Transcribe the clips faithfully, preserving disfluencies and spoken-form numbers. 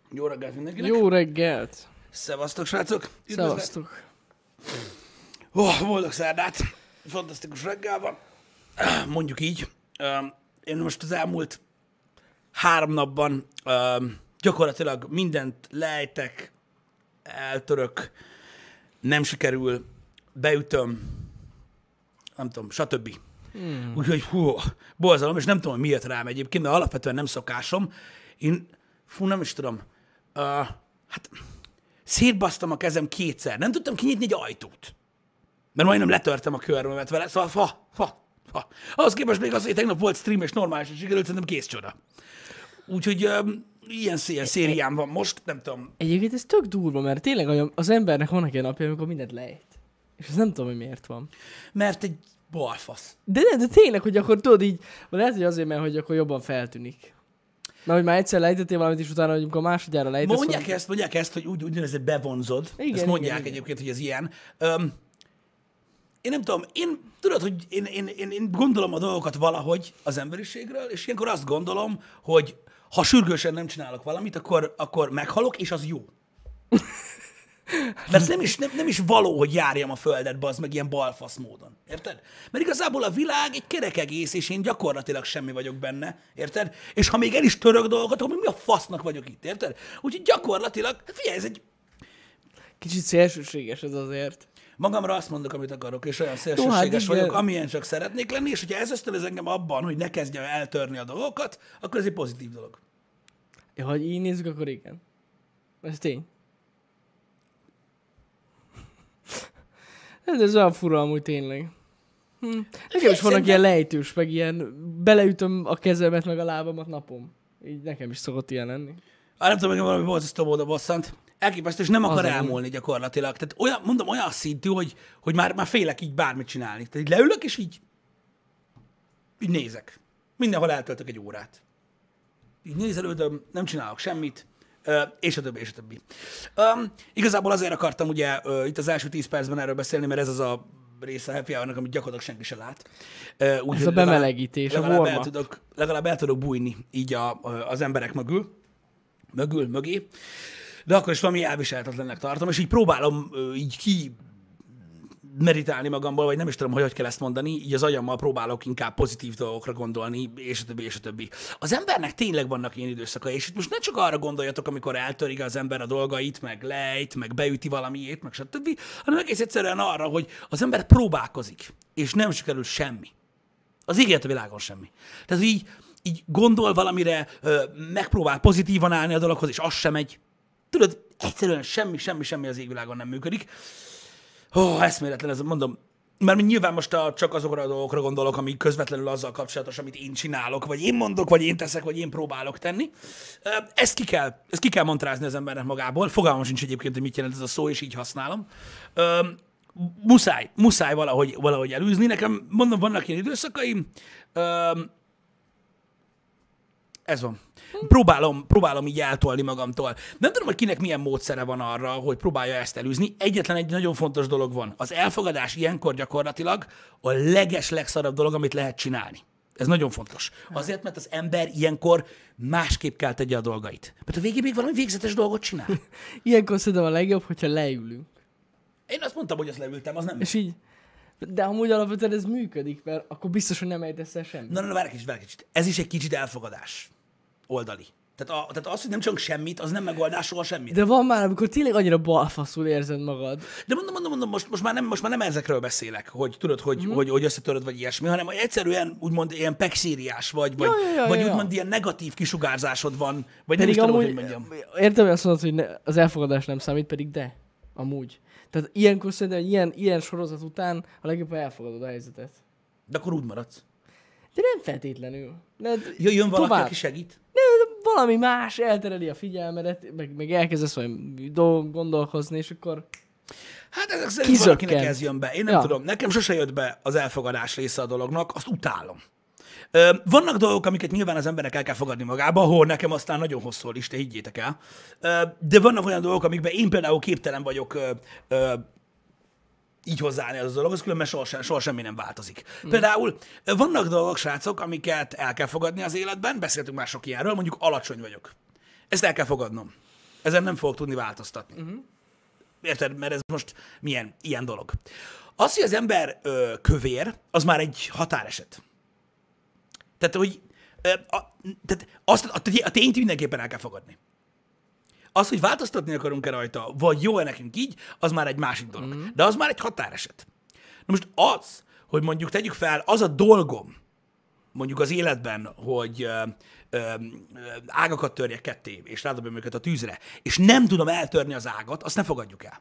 Jó reggelt mindenkinek. Jó reggelt. Szevasztok, srácok. Üdvözlet. Szevasztok. Oh, boldog szerdát. Fantasztikus reggel van. Mondjuk így. Én most az elmúlt három napban gyakorlatilag mindent lejtek, eltörök, nem sikerül, beütöm, nem tudom, stb. Hmm. Úgyhogy hú, borzalom, és nem tudom, hogy miért rám egyébként, de alapvetően nem szokásom. Én, fú, nem is tudom, uh, hát szétbasztam a kezem kétszer. Nem tudtam kinyitni egy ajtót. Mert majdnem letörtem a körmömet vele, szóval fa, fa, fa. Ahhoz képest még az, hogy tegnap volt stream, és normálisan sikerült, szerintem kész csoda. Úgyhogy um, ilyen, ilyen szériám van most, nem tudom. Egyébként ez tök durva, mert tényleg az embernek vannak ilyen napja, amikor mindent lejt. És azt nem tudom, hogy miért van. Mert egy balfasz. De, de, de tényleg, hogy akkor tudod így, lehet, hogy azért, mert hogy akkor jobban feltűnik. Mert hogy már egyszer lejtettél valamit, és utána, hogy amikor másodjára lejtesz... Mondják van... ezt, mondják ezt, hogy úgy, úgynevezett bevonzod. Igen, ezt mondják igen, egyébként, igen. Hogy ez ilyen. Um, én nem tudom, én tudod, hogy én, én, én, én gondolom a dolgokat valahogy az emberiségről, és ilyenkor azt gondolom, hogy ha sürgősen nem csinálok valamit, akkor, akkor meghalok, és az jó. Mert nem is, nem, nem is való, hogy járjam a földet, bazd meg ilyen balfasz módon. Érted? Mert igazából a világ egy kerek egész, és én gyakorlatilag semmi vagyok benne. Érted? És ha még el is török dolgokat, akkor mi a fasznak vagyok itt. Érted? Úgyhogy gyakorlatilag, hát figyelj, ez egy... Kicsit szélsőséges ez azért. Magamra azt mondok, amit akarok, és olyan szélsőséges Jó, hát vagyok, amilyen csak szeretnék lenni, és hogyha ez ösztönöz engem abban, hogy ne kezdjem eltörni a dolgokat, akkor ez egy pozitív dolog. Ja, ha így nézzük, akkor igen. Ez tény. Ez, ez olyan fura amúgy tényleg. Hm. Nekem is vannak ilyen lejtős, meg ilyen beleütöm a kezemet, meg a lábamat napom. Így nekem is szokott ilyen lenni. Á, nem tudom, hogy valami borzasztó módon bosszant. Elképesztő, és nem akar Az elmúlni gyakorlatilag. Tehát olyan, mondom, olyan szintű, hogy, hogy már, már félek így bármit csinálni. Tehát így leülök, és így, így nézek. Mindenhol eltöltök egy órát. Így nézelődöm, nem csinálok semmit, és a többi, és a többi. Um, igazából azért akartam ugye uh, itt az első tíz percben erről beszélni, mert ez az a része a happy hour-nak, amit gyakorlatilag senki se lát. Uh, úgy, ez a bemelegítés, legalább, a legalább, warm el tudok, legalább el tudok bújni így a, az emberek mögül, mögül, mögé. De akkor is valami elviselhetetlennek tartom, és így próbálom uh, így ki meditálni magamból, vagy nem is tudom, hogy hogy kell ezt mondani, így az agyammal próbálok inkább pozitív dolgokra gondolni, és a többi, és a többi. Az embernek tényleg vannak ilyen időszakai, és itt most ne csak arra gondoljatok, amikor eltörik az ember a dolgait, meg lejt, meg beüti valamiét, meg stb., hanem egész egyszerűen arra, hogy az ember próbálkozik, és nem sikerül semmi. Az ígért a világon semmi. Tehát így, így gondol valamire, megpróbál pozitívan állni a dologhoz, és az sem megy. Tudod, egyszerűen semmi, semmi, semmi az égvilágon nem működik. Ó, oh, eszméletlen, ez mondom. Mert nyilván most a, csak azokra a dolgokra gondolok, ami közvetlenül azzal kapcsolatos, amit én csinálok, vagy én mondok, vagy én teszek, vagy én próbálok tenni. Ezt ki kell, ezt ki kell mantrázni az embernek magából. Fogalmam sincs egyébként, hogy mit jelent ez a szó, és így használom. Muszáj, muszáj valahogy, valahogy elűzni. Nekem, mondom, vannak ilyen időszakaim. Ez van. Próbálom, próbálom így eltolni magamtól. Nem tudom, hogy kinek milyen módszere van arra, hogy próbálja ezt elűzni. Egyetlen egy nagyon fontos dolog van. Az elfogadás ilyenkor gyakorlatilag a leges, legszarabb dolog, amit lehet csinálni. Ez nagyon fontos. Azért, mert az ember ilyenkor másképp kell tegye a dolgait. Mert a végén még valami végzetes dolgot csinál. Ilyenkor szerintem a legjobb, hogyha leülünk. Én azt mondtam, hogy azt leültem, az nem. És így, de amúgy alapvetően ez működik, mert akkor biztos, hogy nem ejtesz el semmit. Na, na, na, várj egy kicsit, várj egy kicsit. Ez is egy kicsit elfogadás. Oldali. Tehát, a, tehát az, hogy nem csak semmit, az nem megoldás soha semmit. De van már, amikor tényleg annyira balfaszul érzed magad. De mondom, mondom, mondom most, most, már nem, most már nem ezekről beszélek, hogy tudod, hogy, mm. hogy, hogy összetöröd, vagy ilyesmi, hanem egyszerűen úgymond ilyen pexériás vagy, vagy, ja, ja, ja, vagy ja. úgymond ilyen negatív kisugárzásod van, vagy pedig nem is amúgy, tudom, hogy mondjam. Értem, hogy azt mondod, hogy ne, az elfogadás nem számít, pedig de. Amúgy. Tehát ilyenkor szerintem, hogy ilyen, ilyen sorozat után a legjobb, ha elfogadod a helyzetet. De akkor úgy maradsz. De nem feltétlenül. De Jöjjön valaki, tovább. aki segít. De valami más eltereli a figyelmedet, meg, meg elkezdesz valami dolg gondolkozni, és akkor... Hát ezek szerint Kizökkent. valakinek ez jön be. Én nem Ja. tudom. Nekem sose jött be az elfogadás része a dolognak, azt utálom. Ö, vannak dolgok, amiket nyilván az embernek el kell fogadni magába, ahol nekem aztán nagyon hosszú a lista, higgyétek el. Ö, de vannak olyan dolgok, amikben én például képtelen vagyok ö, ö, így hozzáállni az a dologhoz, különben soha, soha semmi nem változik. Mm. Például vannak dolgok, srácok, amiket el kell fogadni az életben, beszéltünk már sok ilyenről, mondjuk alacsony vagyok. Ezt el kell fogadnom. Ezen nem fogok tudni változtatni. Uh-huh. Érted? Mert ez most milyen ilyen dolog. Az, hogy az ember ö, kövér, az már egy határeset. Tehát, hogy ö, a, tehát azt, a, a tényt mindenképpen el kell fogadni. Az, hogy változtatni akarunk-e rajta, vagy jó-e nekünk így, az már egy másik dolog. Mm. De az már egy határeset. Na most az, hogy mondjuk tegyük fel, az a dolgom, mondjuk az életben, hogy ö, ö, ágakat törjek ketté, és rádobjam őket a tűzre, és nem tudom eltörni az ágat, azt ne fogadjuk el.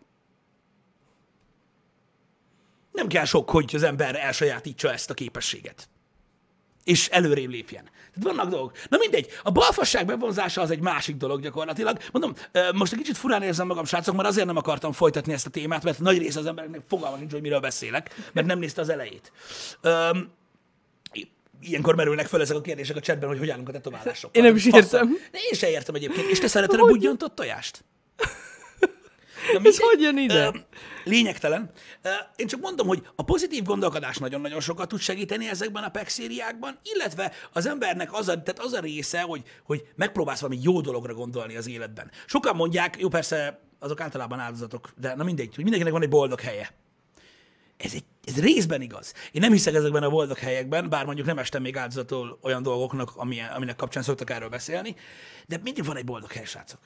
Nem kell sok, hogy az ember elsajátítsa ezt a képességet. És előrébb lépjen. Tehát vannak dolgok. Na mindegy, a balfasság bevonzása az egy másik dolog gyakorlatilag. Mondom, most egy kicsit furán érzem magam, srácok, mert azért nem akartam folytatni ezt a témát, mert nagy része az embereknek fogalma nincs, hogy miről beszélek, mert nem nézte az elejét. Um, ilyenkor merülnek fel ezek a kérdések a chatben, hogy hogy állunk a tetoválásokkal. Én nem is értem. De én sem értem egyébként. És te szereted a budjontott tojást? Na, ez hogy jön ide? Uh, lényegtelen. Uh, én csak mondom, hogy a pozitív gondolkodás nagyon-nagyon sokat tud segíteni ezekben a pek szériákban, illetve az embernek az a, tehát az a része, hogy, hogy megpróbálsz valami jó dologra gondolni az életben. Sokan mondják, jó persze, azok általában áldozatok, de na mindegy, hogy mindenkinek van egy boldog helye. Ez, egy, ez részben igaz. Én nem hiszek ezekben a boldog helyekben, bár mondjuk nem estem még áldozatul olyan dolgoknak, amilyen, aminek kapcsán szoktak erről beszélni, de mindig van egy boldog hely, srácok.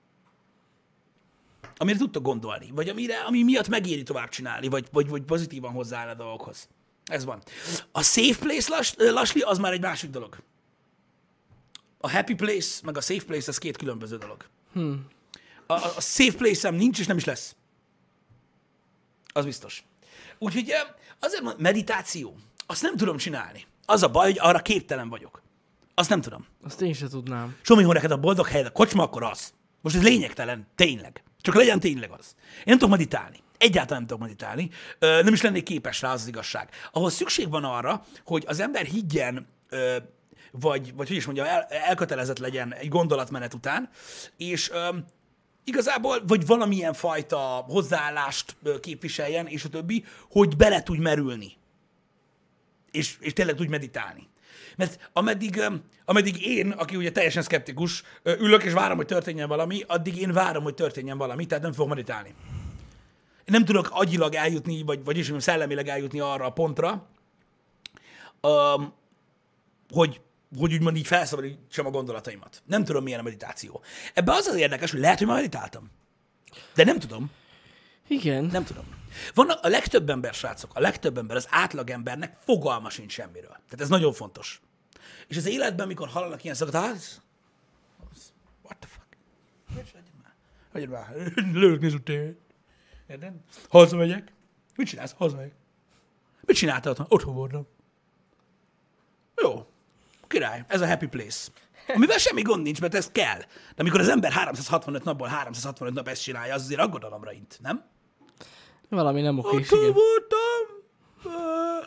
Amire tudtok gondolni, vagy amire, ami miatt megéri tovább csinálni, vagy, vagy, vagy pozitívan hozzááll a dolgokhoz. Ez van. A safe place, lass, lasli, az már egy másik dolog. A happy place, meg a safe place, az két különböző dolog. Hmm. A, a safe place-em nincs, és nem is lesz. Az biztos. Úgyhogy azért mondom, meditáció, azt nem tudom csinálni. Az a baj, hogy arra képtelen vagyok. Azt nem tudom. Azt én sem tudnám. Somi, ha neked a boldog helyed a kocsma, akkor az. Most ez lényegtelen, tényleg. Csak legyen tényleg az. Én nem tudok meditálni. Egyáltalán nem tudok meditálni. Ö, nem is lennék képes rá, az, az igazság. Ahhoz szükség van arra, hogy az ember higgyen, ö, vagy, vagy hogy is mondjam, el, elkötelezett legyen egy gondolatmenet után, és ö, igazából, vagy valamilyen fajta hozzáállást ö, képviseljen, és a többi, hogy bele tudj merülni. És, és tényleg tudj meditálni. Mert ameddig, ameddig én, aki ugye teljesen szkeptikus, ülök és várom, hogy történjen valami, addig én várom, hogy történjen valami, tehát nem fogok meditálni. Én nem tudok agyilag eljutni, vagy, vagyis mondjam, szellemileg eljutni arra a pontra, um, hogy, hogy úgymond így felszabadítsam a gondolataimat. Nem tudom, milyen a meditáció. Ebben az az érdekes, hogy lehet, hogy már meditáltam. De nem tudom. Igen. Nem tudom. Van a, a legtöbb ember, srácok, a legtöbb ember, az átlag embernek fogalma sincs semmiről. Tehát ez nagyon fontos. És az életben, mikor hallanak ilyen szavakat, az, az, what the fuck? Hagyjad már, lőlök néző tévét. Érted? Hazamegyek. Mit csinálsz? Hazamegyek. Mit csináltál otthon? Otthon voltam. Jó. Király. Ez a happy place. Amivel semmi gond nincs, mert ez kell. De amikor az ember háromszázhatvanöt napból háromszázhatvanöt nap ezt csinálja, az azért aggodalomra int, nem? Valami nem oké, Otthon igen. voltam. Uh,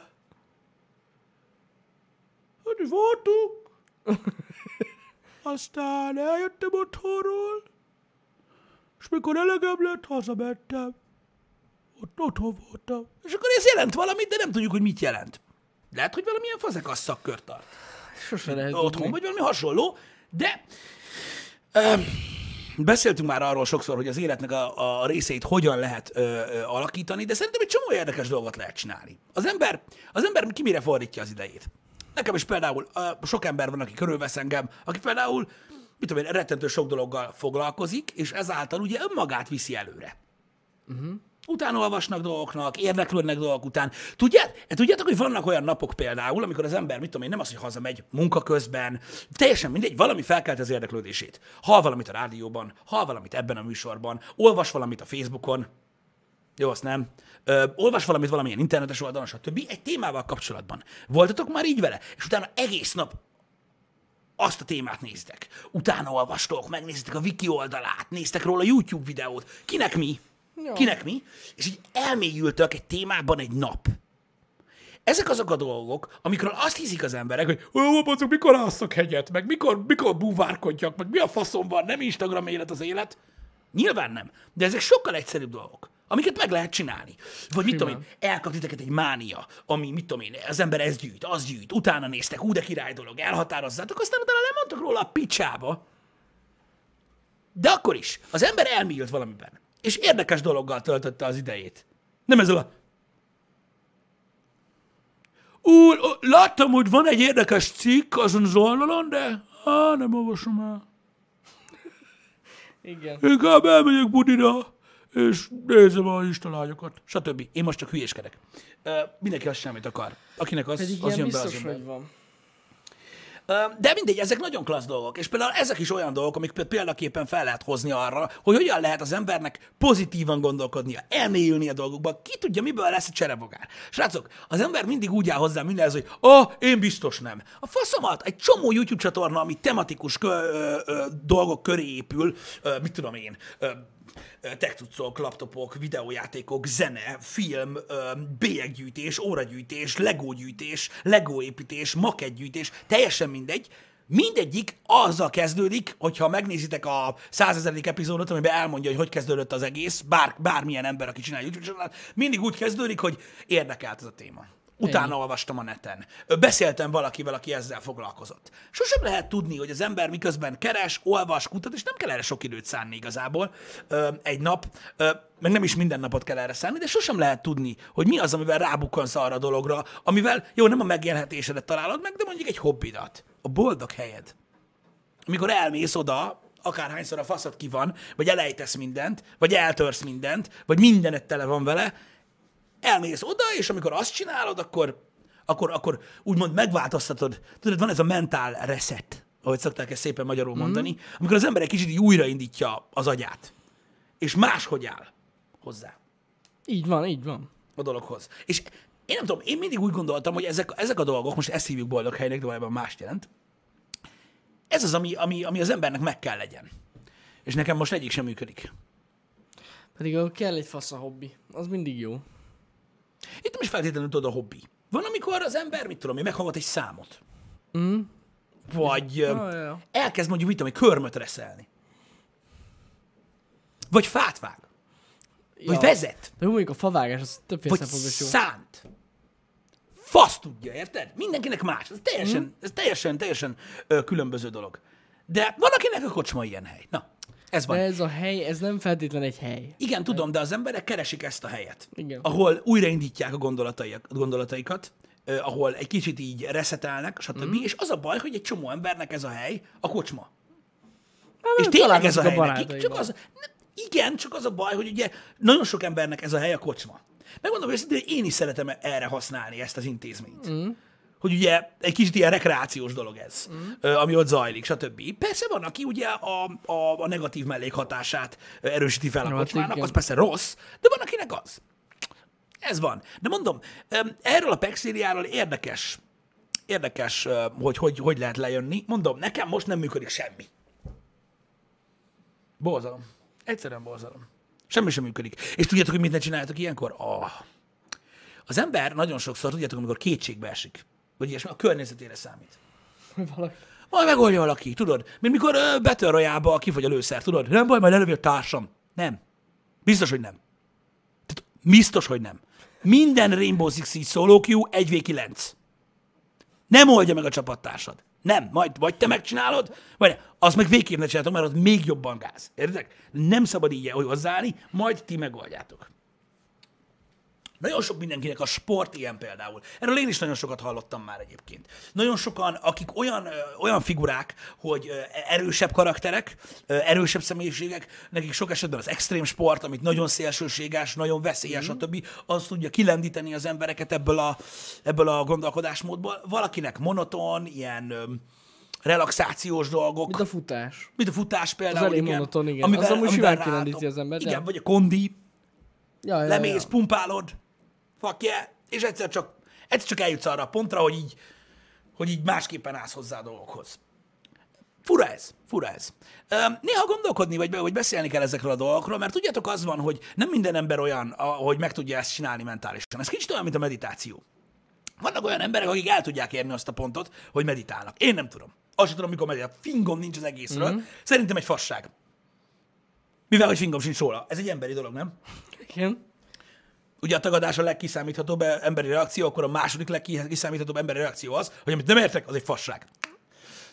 hogy voltunk. Aztán eljöttem otthonról, és mikor elegem lett, hazamentem. Ott otthon voltam. És akkor ez jelent valamit, de nem tudjuk, hogy mit jelent. Lehet, hogy valamilyen fazekasz szakkört tart. Sose lehet Otthon, tudni. vagy valami hasonló, de ö, beszéltünk már arról sokszor, hogy az életnek a, a részeit hogyan lehet ö, ö, alakítani, de szerintem egy csomó érdekes dolgot lehet csinálni. Az ember, az ember ki mire fordítja az idejét? Nekem is például ö, sok ember van, aki körülvesz engem, aki például, mit tudom én, rettentő sok dologgal foglalkozik, és ezáltal ugye önmagát viszi előre. Uh-huh. Utána olvasnak dolgoknak, érdeklődnek dolgok után. Tudját, tudjátok, hogy vannak olyan napok például, amikor az ember, mit tudom én, nem az, hogy hazamegy munka közben, teljesen mindegy, valami felkelte az érdeklődését. Hall valamit a rádióban, hall valamit ebben a műsorban, olvas valamit a Facebookon, jó, azt nem, Ö, olvas valamit valamilyen internetes oldalon, stb. Egy témával kapcsolatban. Voltatok már így vele? És utána egész nap azt a témát néztek. Utána olvastok, megnéztek a wiki oldalát, néztek róla YouTube videót. Kinek mi? Jó. Kinek mi? És így elmélyültök egy témában egy nap. Ezek azok a dolgok, amikor azt hiszik az emberek, hogy ó, bocok, mikor ásszak hegyet, meg mikor, mikor búvárkodjak, meg mi a faszom van, nem Instagram élet az élet. Nyilván nem. De ezek sokkal egyszerűbb dolgok, amiket meg lehet csinálni. Vagy mit tudom én, elkap titeket egy mánia, ami, mit tudom én, az ember ez gyűjt, az gyűjt, utána néztek, ú, de király dolog, elhatározzátok, aztán utána lemondtak róla a picsába. De akkor is, az ember elmélyült valamiben, és érdekes dologgal töltötte az idejét. Nem ezzel a... Úr, láttam, hogy van egy érdekes cikk azon az oldalon, de á, nem olvasom el. Igen. Inkább elmegyek budira, és nézem a instalályokat, stb. Én most csak hülyéskedek. Uh, mindenki azt semmit akar. Akinek az, Pedig az ilyen jön be, az biztos, jön be. hogy van. De mindegy, ezek nagyon klassz dolgok, és például ezek is olyan dolgok, amik példaképpen fel lehet hozni arra, hogy hogyan lehet az embernek pozitívan gondolkodnia, elmélyülni a dolgokban, ki tudja, miből lesz a cserebogár. Srácok, az ember mindig úgy áll hozzá mindenhez, hogy ah, én biztos nem. A faszomat, egy csomó YouTube csatorna, ami tematikus kö, ö, ö, dolgok köré épül, ö, mit tudom én, ö, tech-cuccok, laptopok, videójátékok, zene, film, bélyeggyűjtés, óragyűjtés, legógyűjtés, legóépítés, makettgyűjtés, teljesen mindegy. Mindegyik azzal kezdődik, hogyha megnézitek a százezeredik epizódot, amiben elmondja, hogy hogy kezdődött az egész, bár, bármilyen ember, aki csinál YouTube csatornát, mindig úgy kezdődik, hogy érdekelt ez a téma. Utána Ennyi. olvastam a neten. Beszéltem valakivel, aki ezzel foglalkozott. Sosem lehet tudni, hogy az ember miközben keres, olvas, kutat, és nem kell erre sok időt szánni igazából egy nap, meg nem is minden napot kell erre szánni, de sosem lehet tudni, hogy mi az, amivel rábukkansz arra a dologra, amivel, jó, nem a megélhetésedet találod meg, de mondjuk egy hobbidat. A boldog helyed. Amikor elmész oda, akárhányszor a faszod ki van, vagy elejtesz mindent, vagy eltörsz mindent, vagy mindenet tele van vele, elmész oda, és amikor azt csinálod, akkor, akkor, akkor úgymond megváltoztatod. Tudod, van ez a mentál reset, ahogy szokták ezt szépen magyarul mondani, mm. amikor az ember egy kicsit így újraindítja az agyát, és máshogy áll hozzá. Így van, így van. A dologhoz. És én nem tudom, én mindig úgy gondoltam, hogy ezek, ezek a dolgok, most ezt hívjuk boldog helynek, de valójában mást jelent. Ez az, ami, ami, ami az embernek meg kell legyen. És nekem most egyik sem működik. Pedig ahol kell egy fasz a hobbi. Az mindig jó. Itt nem is feltétlenül tudod a hobbi. Van, amikor az ember, mit tudom én, meghallgat egy számot. Mm. Vagy ah, ja, ja. elkezd mondjuk, mit tudom, egy körmöt reszelni. Vagy fát vág. Vagy Ja. vezet. De mondjuk a favágás, az többféle Vagy szempontból is jó. szánt. Fasz tudja, érted? Mindenkinek más. Ez teljesen, Mm. ez teljesen, teljesen ö, különböző dolog. De van, akinek a kocsma ilyen hely. Na, ez van. De ez a hely, ez nem feltétlen egy hely. Igen, tudom, de az emberek keresik ezt a helyet, Igen. ahol újraindítják a gondolatai- gondolataikat, eh, ahol egy kicsit így reszetelnek, stb. Mm. És az a baj, hogy egy csomó embernek ez a hely a kocsma. Hát, És tényleg ez a hely a nekik, csak az, igen, csak az a baj, hogy ugye nagyon sok embernek ez a hely a kocsma. Megmondom őszintén, hogy én is szeretem erre használni ezt az intézményt. Mm. Hogy ugye egy kicsit ilyen rekreációs dolog ez, mm. ami ott zajlik, stb. Persze van, aki ugye a, a, a negatív mellékhatását erősíti fel a Hát kocsmának, igen. az persze rossz, de van, akinek az. Ez van. De mondom, erről a pé e cé szériáról érdekes, érdekes, hogy, hogy hogy lehet lejönni. Mondom, nekem most nem működik semmi. Borzalom. Egyszerűen borzalom. Semmi sem működik. És tudjátok, hogy mit ne csináljátok ilyenkor? Oh. Az ember nagyon sokszor, tudjátok, amikor kétségbe esik, vagy ilyesmi, a környezetére számít. Valaki. Majd megoldja valaki, tudod? Mint mikor ö, betör rojába, kifogy a lőszer, tudod? Nem baj, majd elővi a társam. Nem. Biztos, hogy nem. Tehát biztos, hogy nem. Minden Rainbow Six Siege solo queue egy vé kilenc. Nem oldja meg a csapattársad. Nem. Majd vagy te megcsinálod, vagy azt meg végképp ne csináltok, mert az még jobban gáz. Érted? Nem szabad így hozzáállni, majd ti megoldjátok. Nagyon sok mindenkinek a sport ilyen például. Erről én is nagyon sokat hallottam már egyébként. Nagyon sokan, akik olyan, ö, olyan figurák, hogy ö, erősebb karakterek, ö, erősebb személyiségek, nekik sok esetben az extrém sport, amit nagyon szélsőséges, nagyon veszélyes, mm. stb., az tudja kilendíteni az embereket ebből a, ebből a gondolkodásmódból. Valakinek monoton, ilyen ö, relaxációs dolgok. Mint a futás. Mint a futás például. Az elég igen, monoton, igen. Amivel, az amúgy amivel simán ráálltok. kilendíti az embert. Igen, de... vagy a kondi. Ja, ja, Lemész, ja. pumpálod, fuck yeah, és egyszer csak, egyszer csak eljutsz arra a pontra, hogy így, hogy így másképpen állsz hozzá a dolgokhoz. Fura ez, fura ez. Néha gondolkodni, vagy, vagy beszélni kell ezekről a dolgokról, mert tudjátok, az van, hogy nem minden ember olyan, hogy meg tudja ezt csinálni mentálisan. Ez kicsit olyan, mint a meditáció. Vannak olyan emberek, akik el tudják érni azt a pontot, hogy meditálnak. Én nem tudom. Azt sem tudom, mikor meditál. Fingom nincs az egészről. Mm-hmm. Szerintem egy fasság. Mivel, hogy fingom sincs róla. Ez egy emberi dolog, nem? Igen. Ugye a tagadás a legkiszámíthatóbb emberi reakció, akkor a második legkiszámíthatóbb emberi reakció az, hogy amit nem értek, az egy fasság.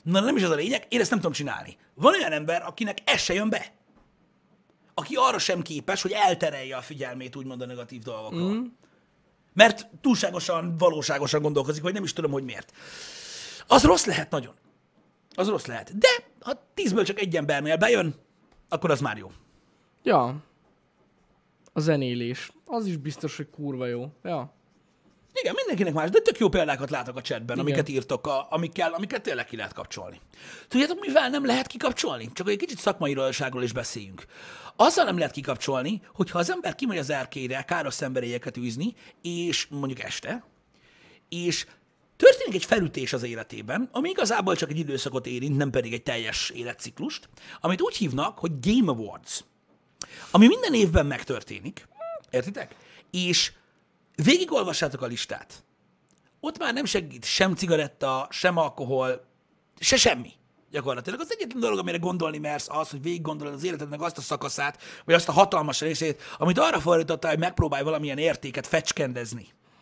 Na nem is az a lényeg, én ezt nem tudom csinálni. Van olyan ember, akinek ez se jön be. Aki arra sem képes, hogy elterelje a figyelmét úgymond a negatív dolgokról. Mm. Mert túlságosan, valóságosan gondolkozik, vagy nem is tudom, hogy miért. Az rossz lehet nagyon. Az rossz lehet. De ha tízből csak egy embernél bejön, akkor az már jó. Ja. A zenélés. Az is biztos, hogy kurva jó. Ja. Igen, mindenkinek más, de tök jó példákat látok a chatben, Igen. amiket írtok, a, amikkel, amiket tényleg ki lehet kapcsolni. Tudjátok, mivel nem lehet kikapcsolni? Csak hogy egy kicsit szakmairól is beszéljünk. Azzal nem lehet kikapcsolni, hogyha az ember kimegy az erkélyre káros szenvedélyeket űzni, és mondjuk este, és történik egy felütés az életében, ami igazából csak egy időszakot érint, nem pedig egy teljes életciklust, amit úgy hívnak, hogy Game Awards, ami minden évben megtörténik, értitek? És végigolvassátok a listát. Ott már nem segít sem cigaretta, sem alkohol, se semmi. Gyakorlatilag az egyetlen dolog, amire gondolni mersz, az, hogy végig gondolod az életednek azt a szakaszát, vagy azt a hatalmas részét, amit arra fordítottál, hogy megpróbálj valamilyen értéket fecskendezni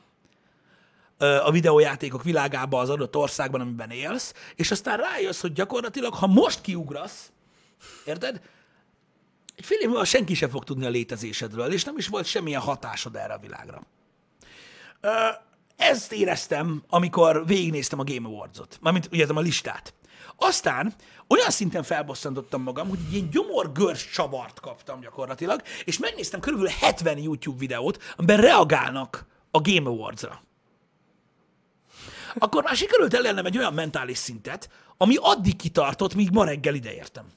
a videójátékok világába az adott országban, amiben élsz, és aztán rájössz, hogy gyakorlatilag, ha most kiugrasz, érted? Egy fél év múlva senki sem fog tudni a létezésedről, és nem is volt semmilyen hatásod erre a világra. Ezt éreztem, amikor végignéztem a Game Awards-ot, mármint ugye a listát. Aztán olyan szinten felbosszantottam magam, hogy egy ilyen gyomorgörs csavart kaptam gyakorlatilag, és megnéztem körülbelül hetven YouTube videót, amiben reagálnak a Game Awards-ra. Akkor már sikerült elérnem egy olyan mentális szintet, ami addig kitartott, míg ma reggel ideértem.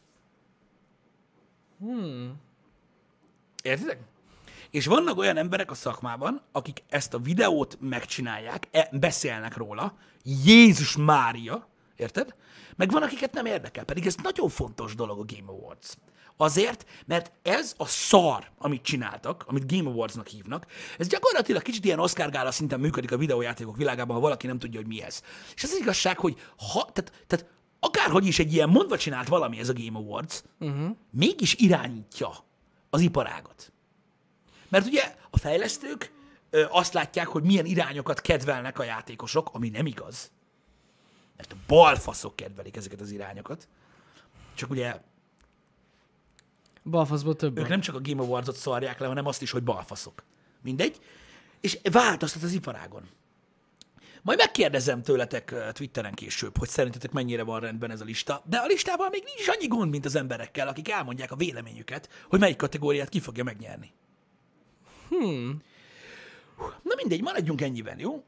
Hmm. Értitek? És vannak olyan emberek a szakmában, akik ezt a videót megcsinálják, e, beszélnek róla, Jézus Mária, érted? Meg van, akiket nem érdekel, pedig ez nagyon fontos dolog a Game Awards. Azért, mert ez a szar, amit csináltak, amit Game Awards-nak hívnak, ez gyakorlatilag kicsit ilyen Oscar gála szinten működik a videójátékok világában, ha valaki nem tudja, hogy mi ez. És az, az igazság, hogy ha, tehát, tehát akárhogy is egy ilyen mondva csinált valami ez a Game Awards, uh-huh. mégis irányítja az iparágat. Mert ugye a fejlesztők ö, azt látják, hogy milyen irányokat kedvelnek a játékosok, ami nem igaz. Mert a balfaszok kedvelik ezeket az irányokat. Csak ugye balfaszból több. Ők nem csak a Game Awards-ot szarják le, hanem azt is, hogy balfaszok. Mindegy. És változtat az iparágon. Majd megkérdezem tőletek Twitteren később, hogy szerintetek mennyire van rendben ez a lista, de a listával még nincs annyi gond, mint az emberekkel, akik elmondják a véleményüket, hogy melyik kategóriát ki fogja megnyerni. Hmm. Na mindegy, maradjunk ennyiben, jó?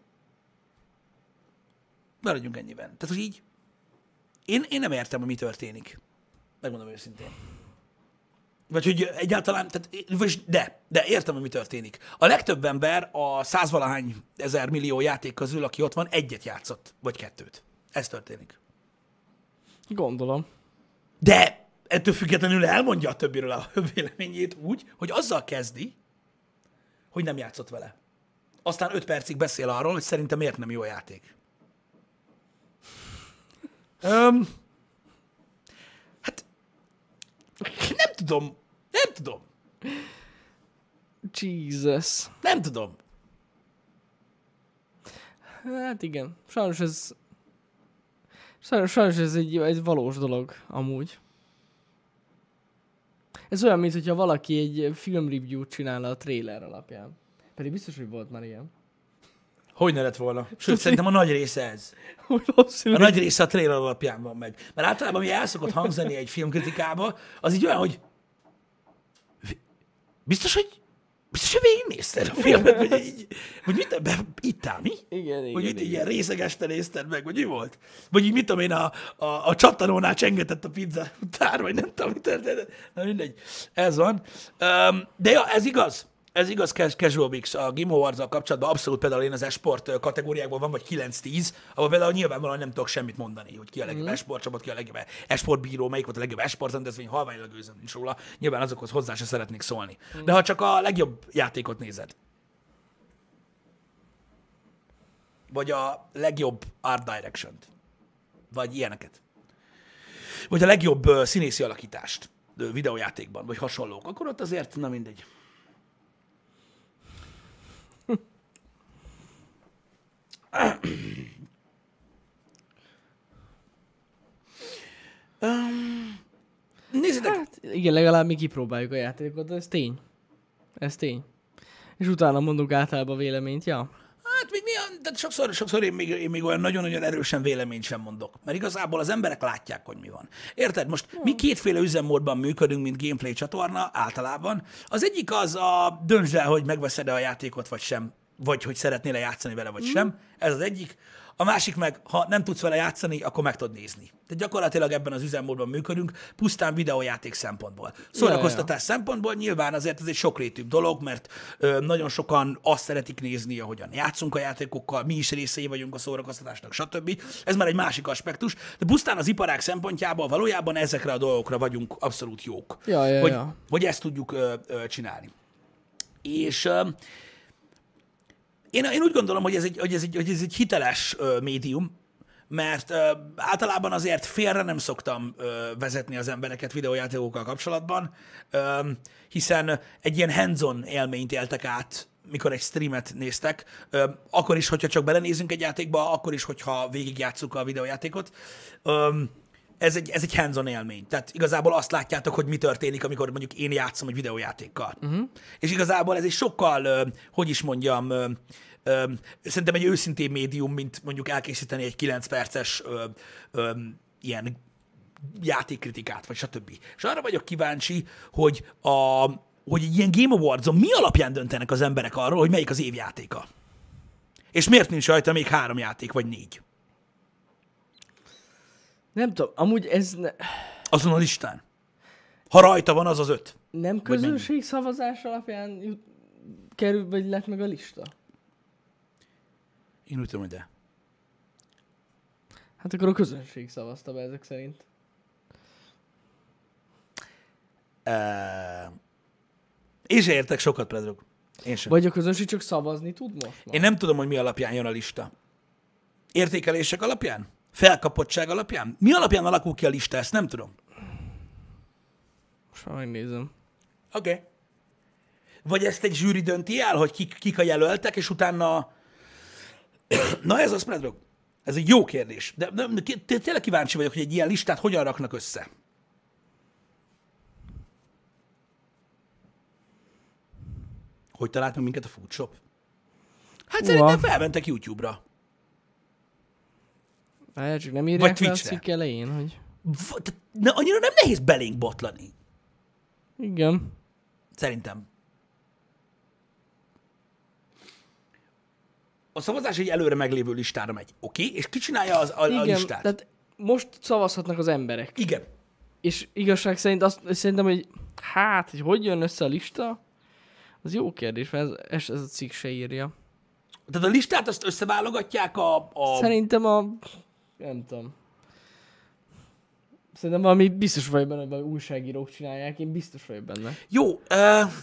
Maradjunk ennyiben. Tehát, hogy így, én, én nem értem, hogy mi történik. Megmondom őszintén. Vagy hogy egyáltalán, tehát, vagy de, de értem, hogy mi történik. A legtöbb ember a százvalahány ezer millió játék közül, aki ott van, egyet játszott, vagy kettőt. Ez történik. Gondolom. De ettől függetlenül elmondja a többiről a véleményét úgy, hogy azzal kezdi, hogy nem játszott vele. Aztán öt percig beszél arról, hogy szerintem miért nem jó a játék. Um, hát nem tudom, nem tudom. Jesus. Nem tudom. Hát igen. Sajnos ez... Sajnos, sajnos ez egy, egy valós dolog, amúgy. Ez olyan, mint hogyha valaki egy film review-t csinálna a trailer alapján. Pedig biztos, hogy volt már ilyen. Hogy ne lett volna? Sőt, szerintem a nagy része ez. A A nagy része a trailer alapján van meg. Mert általában, ami el szokott hangzani egy filmkritikába, az így olyan, hogy biztos, hogy biztos, hogy végignézted a filmet, vagy így, vagy mit, be, ittál, mi? Igen, igen. Vagy itt igen. ilyen részegeste nézted meg, vagy mi volt? Vagy így mit tudom én, a, a, a csattanónál csengetett a pizza tár, vagy nem tudom, mi történt. Na mindegy, ez van. Um, de ja, ez igaz. Ez igaz, Casual Mix, a Game Awards-al kapcsolatban abszolút például én az esport kategóriákban van, vagy kilenc tíz, ahol például nyilvánvalóan nem tudok semmit mondani, hogy ki a legjobb mm. esportcsapat, ki a legjobb esportbíró, melyik volt a legjobb esportrendezvény, halványilag őzem nincs róla, nyilván azokhoz hozzá se szeretnék szólni. Mm. De ha csak a legjobb játékot nézed, vagy a legjobb art direction-t, vagy ilyeneket, vagy a legjobb színészi alakítást videójátékban, vagy hasonlók, akkor ott azért, na mindegy. nézzétek, Hát igen, legalább mi kipróbáljuk a játékot, ez tény. Ez tény. És utána mondunk általában véleményt, ja. hát még milyen, de sokszor, sokszor én, még, én még olyan nagyon-nagyon erősen véleményt sem mondok. Mert igazából az emberek látják, hogy mi van. Érted? Most hmm. mi kétféle üzemmódban működünk, mint gameplay csatorna általában. Az egyik az a döntsd el, hogy megveszed-e a játékot, vagy sem. Vagy hogy szeretnél játszani vele, vagy hmm. sem. Ez az egyik. A másik meg, ha nem tudsz vele játszani, akkor meg tudod nézni. Tehát gyakorlatilag ebben az üzemmódban működünk, pusztán videójáték szempontból. Szórakoztatás ja, ja. szempontból nyilván azért ez egy sokrétűbb dolog, mert ö, nagyon sokan azt szeretik nézni, ahogyan játszunk a játékokkal, mi is részei vagyunk a szórakoztatásnak, stb. Ez már egy másik aspektus, de pusztán az iparág szempontjából valójában ezekre a dolgokra vagyunk abszolút jók. Ja, ja, hogy, ja. hogy ezt tudjuk ö, ö, csinálni. És... Ö, Én, én úgy gondolom, hogy ez egy, hogy ez egy, hogy ez egy hiteles ö, médium, mert ö, általában azért félre nem szoktam ö, vezetni az embereket videójátékokkal kapcsolatban, ö, hiszen egy ilyen hands-on élményt éltek át, mikor egy streamet néztek, ö, akkor is, hogyha csak belenézünk egy játékba, akkor is, hogyha végigjátszuk a videójátékot. Ö, ez egy, ez egy hands-on élmény. Tehát igazából azt látjátok, hogy mi történik, amikor mondjuk én játszom egy videójátékkal. Uh-huh. És igazából ez egy sokkal, ö, hogy is mondjam, ö, ö, szerintem egy őszintébb médium, mint mondjuk elkészíteni egy kilenc perces ö, ö, ilyen játékkritikát, vagy stb. És arra vagyok kíváncsi, hogy, a, hogy egy ilyen Game Awards-on mi alapján döntenek az emberek arról, hogy melyik az év játéka. És miért nincs rajta még három játék, vagy négy? Nem tudom, amúgy ez... Ne... Azon a listán. Ha rajta van, az az öt. Nem közönségszavazás alapján jut, kerül, vagy lett meg a lista? Én úgy tudom, hogy de. Hát akkor a közönség szavazta be ezek szerint. Uh, én se értek sokat, Pedro. Én sem. Vagy a közönség csak szavazni tud most már? Én nem tudom, hogy mi alapján jön a lista. Értékelések alapján? Felkapottság alapján? Mi alapján alakul ki a lista? Ezt nem tudom. Most már megnézem. Oké. Okay. Vagy ezt egy zsűri dönti el, hogy kik, kik a jelöltek, és utána... Na ez az, Pedro. Ez egy jó kérdés. De, de, de tényleg kíváncsi vagyok, hogy egy ilyen listát hogyan raknak össze. Hogy talált meg minket a Foodshop? Hát Uha. szerintem felmentek YouTube-ra. Hát csak nem írják Vagy le a cikk elején, hogy... V- ne, annyira nem nehéz belénk botlani. Igen. Szerintem. A szavazás egy előre meglévő listára megy. Oké? Okay? És ki csinálja az, a, Igen, a listát? tehát most szavazhatnak az emberek. Igen. És igazság szerint azt szerintem, hogy hát, hogy hogy jön össze a lista, az jó kérdés, mert ez, ez a cikk se írja. Tehát a listát azt összeválogatják a... a... Szerintem a... nem tudom. Szerintem valami biztos vagyok benne, hogy valami újságírók csinálják, én biztos vagyok benne. Jó, uh,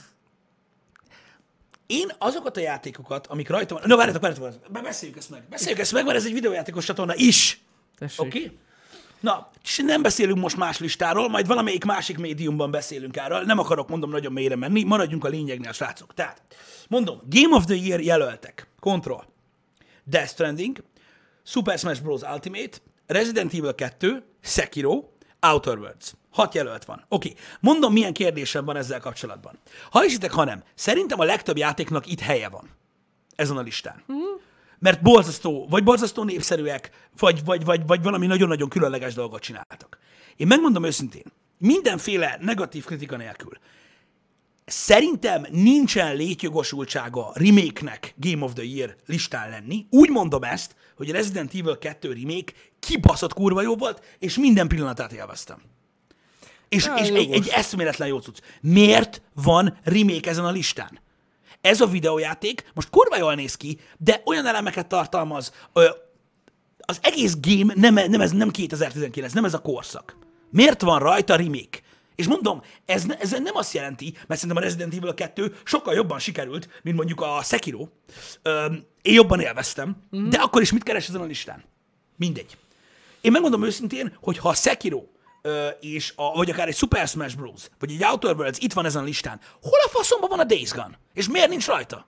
én azokat a játékokat, amik rajta van... Na, várjátok, várjátok, beszéljük ezt meg. Beszéljük ezt meg, mert ez egy videójátékos csatorna is. Tessék. Oké? Okay? Na, és nem beszélünk most más listáról, majd valamelyik másik médiumban beszélünk erről. Nem akarok, mondom, nagyon mélyre menni. Maradjunk a lényegnél, srácok. Tehát, mondom, Game of the Year jelöltek. Control, Death Stranding, Super Smash Bros. Ultimate, Resident Evil kettő, Sekiro, Outer Worlds. Hat jelölt van. Oké. Okay. Mondom, milyen kérdésem van ezzel kapcsolatban. Ha hiszitek, ha nem, szerintem a legtöbb játéknak itt helye van. Ezen a listán. Mm. Mert borzasztó, vagy borzasztó népszerűek, vagy, vagy, vagy, vagy valami nagyon-nagyon különleges dolgot csináltak. Én megmondom őszintén, mindenféle negatív kritika nélkül, szerintem nincsen létjogosultsága remake-nek Game of the Year listán lenni. Úgy mondom ezt, hogy Resident Evil kettő remake kibaszott kurva jó volt, és minden pillanatát élveztem. És, Há, és egy, egy eszméletlen jó cucc. Miért van remake ezen a listán? Ez a videójáték most kurva jól néz ki, de olyan elemeket tartalmaz. Ö, az egész game nem, nem, ez, nem kétezer-tizenkilenc, nem ez a korszak. Miért van rajta remake? És mondom, ez, ez nem azt jelenti, mert szerintem a Resident Evil kettő sokkal jobban sikerült, mint mondjuk a Sekiro. Ö, én jobban élveztem, mm-hmm. de akkor is mit keres ezen a listán? Mindegy. Én megmondom őszintén, hogy ha a Sekiro ö, és a, vagy akár egy Super Smash Bros. Vagy egy Outer Worlds itt van ezen a listán, hol a faszomban van a Days Gone? És miért nincs rajta?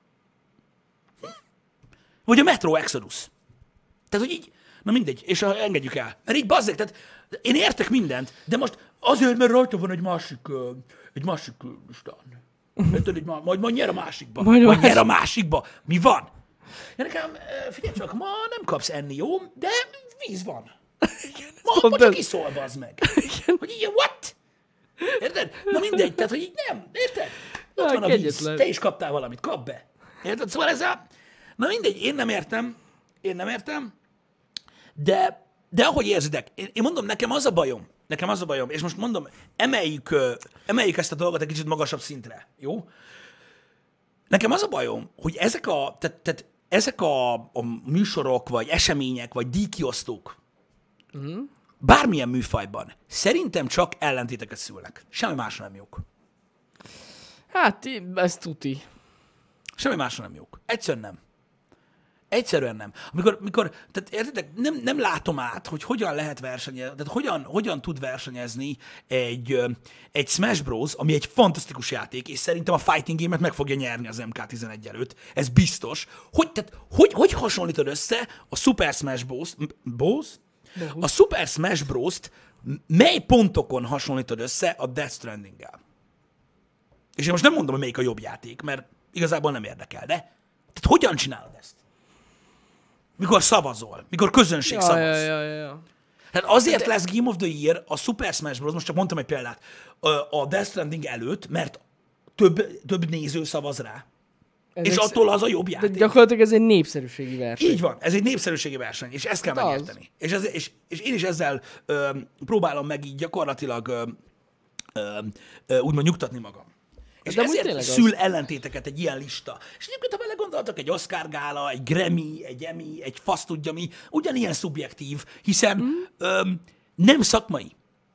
Vagy a Metro Exodus. Tehát, hogy így, na mindegy, és a, engedjük el. Mert így bazzeg, tehát én értek mindent, de most Azért, mert rajta van egy másik, ö, egy másik ö, listán. Érted, egy má- majd, majd nyer a másikba. Majd Majd, más- nyer a másikba. Mi van? Ja, nekem, ö, figyelj csak, ma nem kapsz enni, jó? De víz van. Ma, pont ma csak ez. iszol, bazd meg. Hogy így, what? Érted? Na mindegy, tehát, hogy így nem, érted? Ott Na, van a víz, kegyetlen. te is kaptál valamit, kap be. Érted? Szóval ez a... Na mindegy, én nem értem, én nem értem, de, de ahogy érzitek, én, én mondom, nekem az a bajom, nekem az a bajom, és most mondom, emeljük, ö, emeljük ezt a dolgot egy kicsit magasabb szintre, jó? Nekem az a bajom, hogy ezek a, tehát, tehát ezek a, a műsorok, vagy események, vagy díjkiosztók, uh-huh. bármilyen műfajban, szerintem csak ellentéteket szülnek. Semmi másra nem jók. Hát, í- ez tuti. Semmi másra nem jók. Egyszerűen nem. Egyszerűen nem. Amikor, mikor, tehát értitek, nem, nem látom át, hogy hogyan lehet versenyezni, tehát hogyan, hogyan tud versenyezni egy, ö, egy Smash Bros., ami egy fantasztikus játék, és szerintem a fighting game-et meg fogja nyerni az em ká tizenegy előtt. Ez biztos. Hogy, tehát, hogy, hogy hasonlítod össze a Super Smash Bros. Bros? A Super Smash Bros-t mely pontokon hasonlítod össze a Death Stranding-gel? És én most nem mondom, hogy melyik a jobb játék, mert igazából nem érdekel, de tehát hogyan csinálod ezt? Mikor szavazol, mikor közönség Ja, szavaz. ja, ja, ja, ja. Tehát azért lesz Game of the Year a Super Smash Bros., most csak mondtam egy példát, a Death Stranding előtt, mert több, több néző szavaz rá. Ezek És sz- attól az a jobb De játék. gyakorlatilag ez egy népszerűségi verseny. Így van, ez egy népszerűségi verseny, és ezt kell Hát az. megérteni. És, ez, és, és én is ezzel ö, próbálom meg így gyakorlatilag ö, ö, ö, úgymond nyugtatni magam. És De amúgy ezért tényleg az. szül ellentéteket egy ilyen lista. És egyébként, ha belegondoltak, egy Oscar gála, egy Grammy, egy Emmy, egy fasz tudja mi, ugyanilyen szubjektív, hiszen mm. ö, nem szakmai.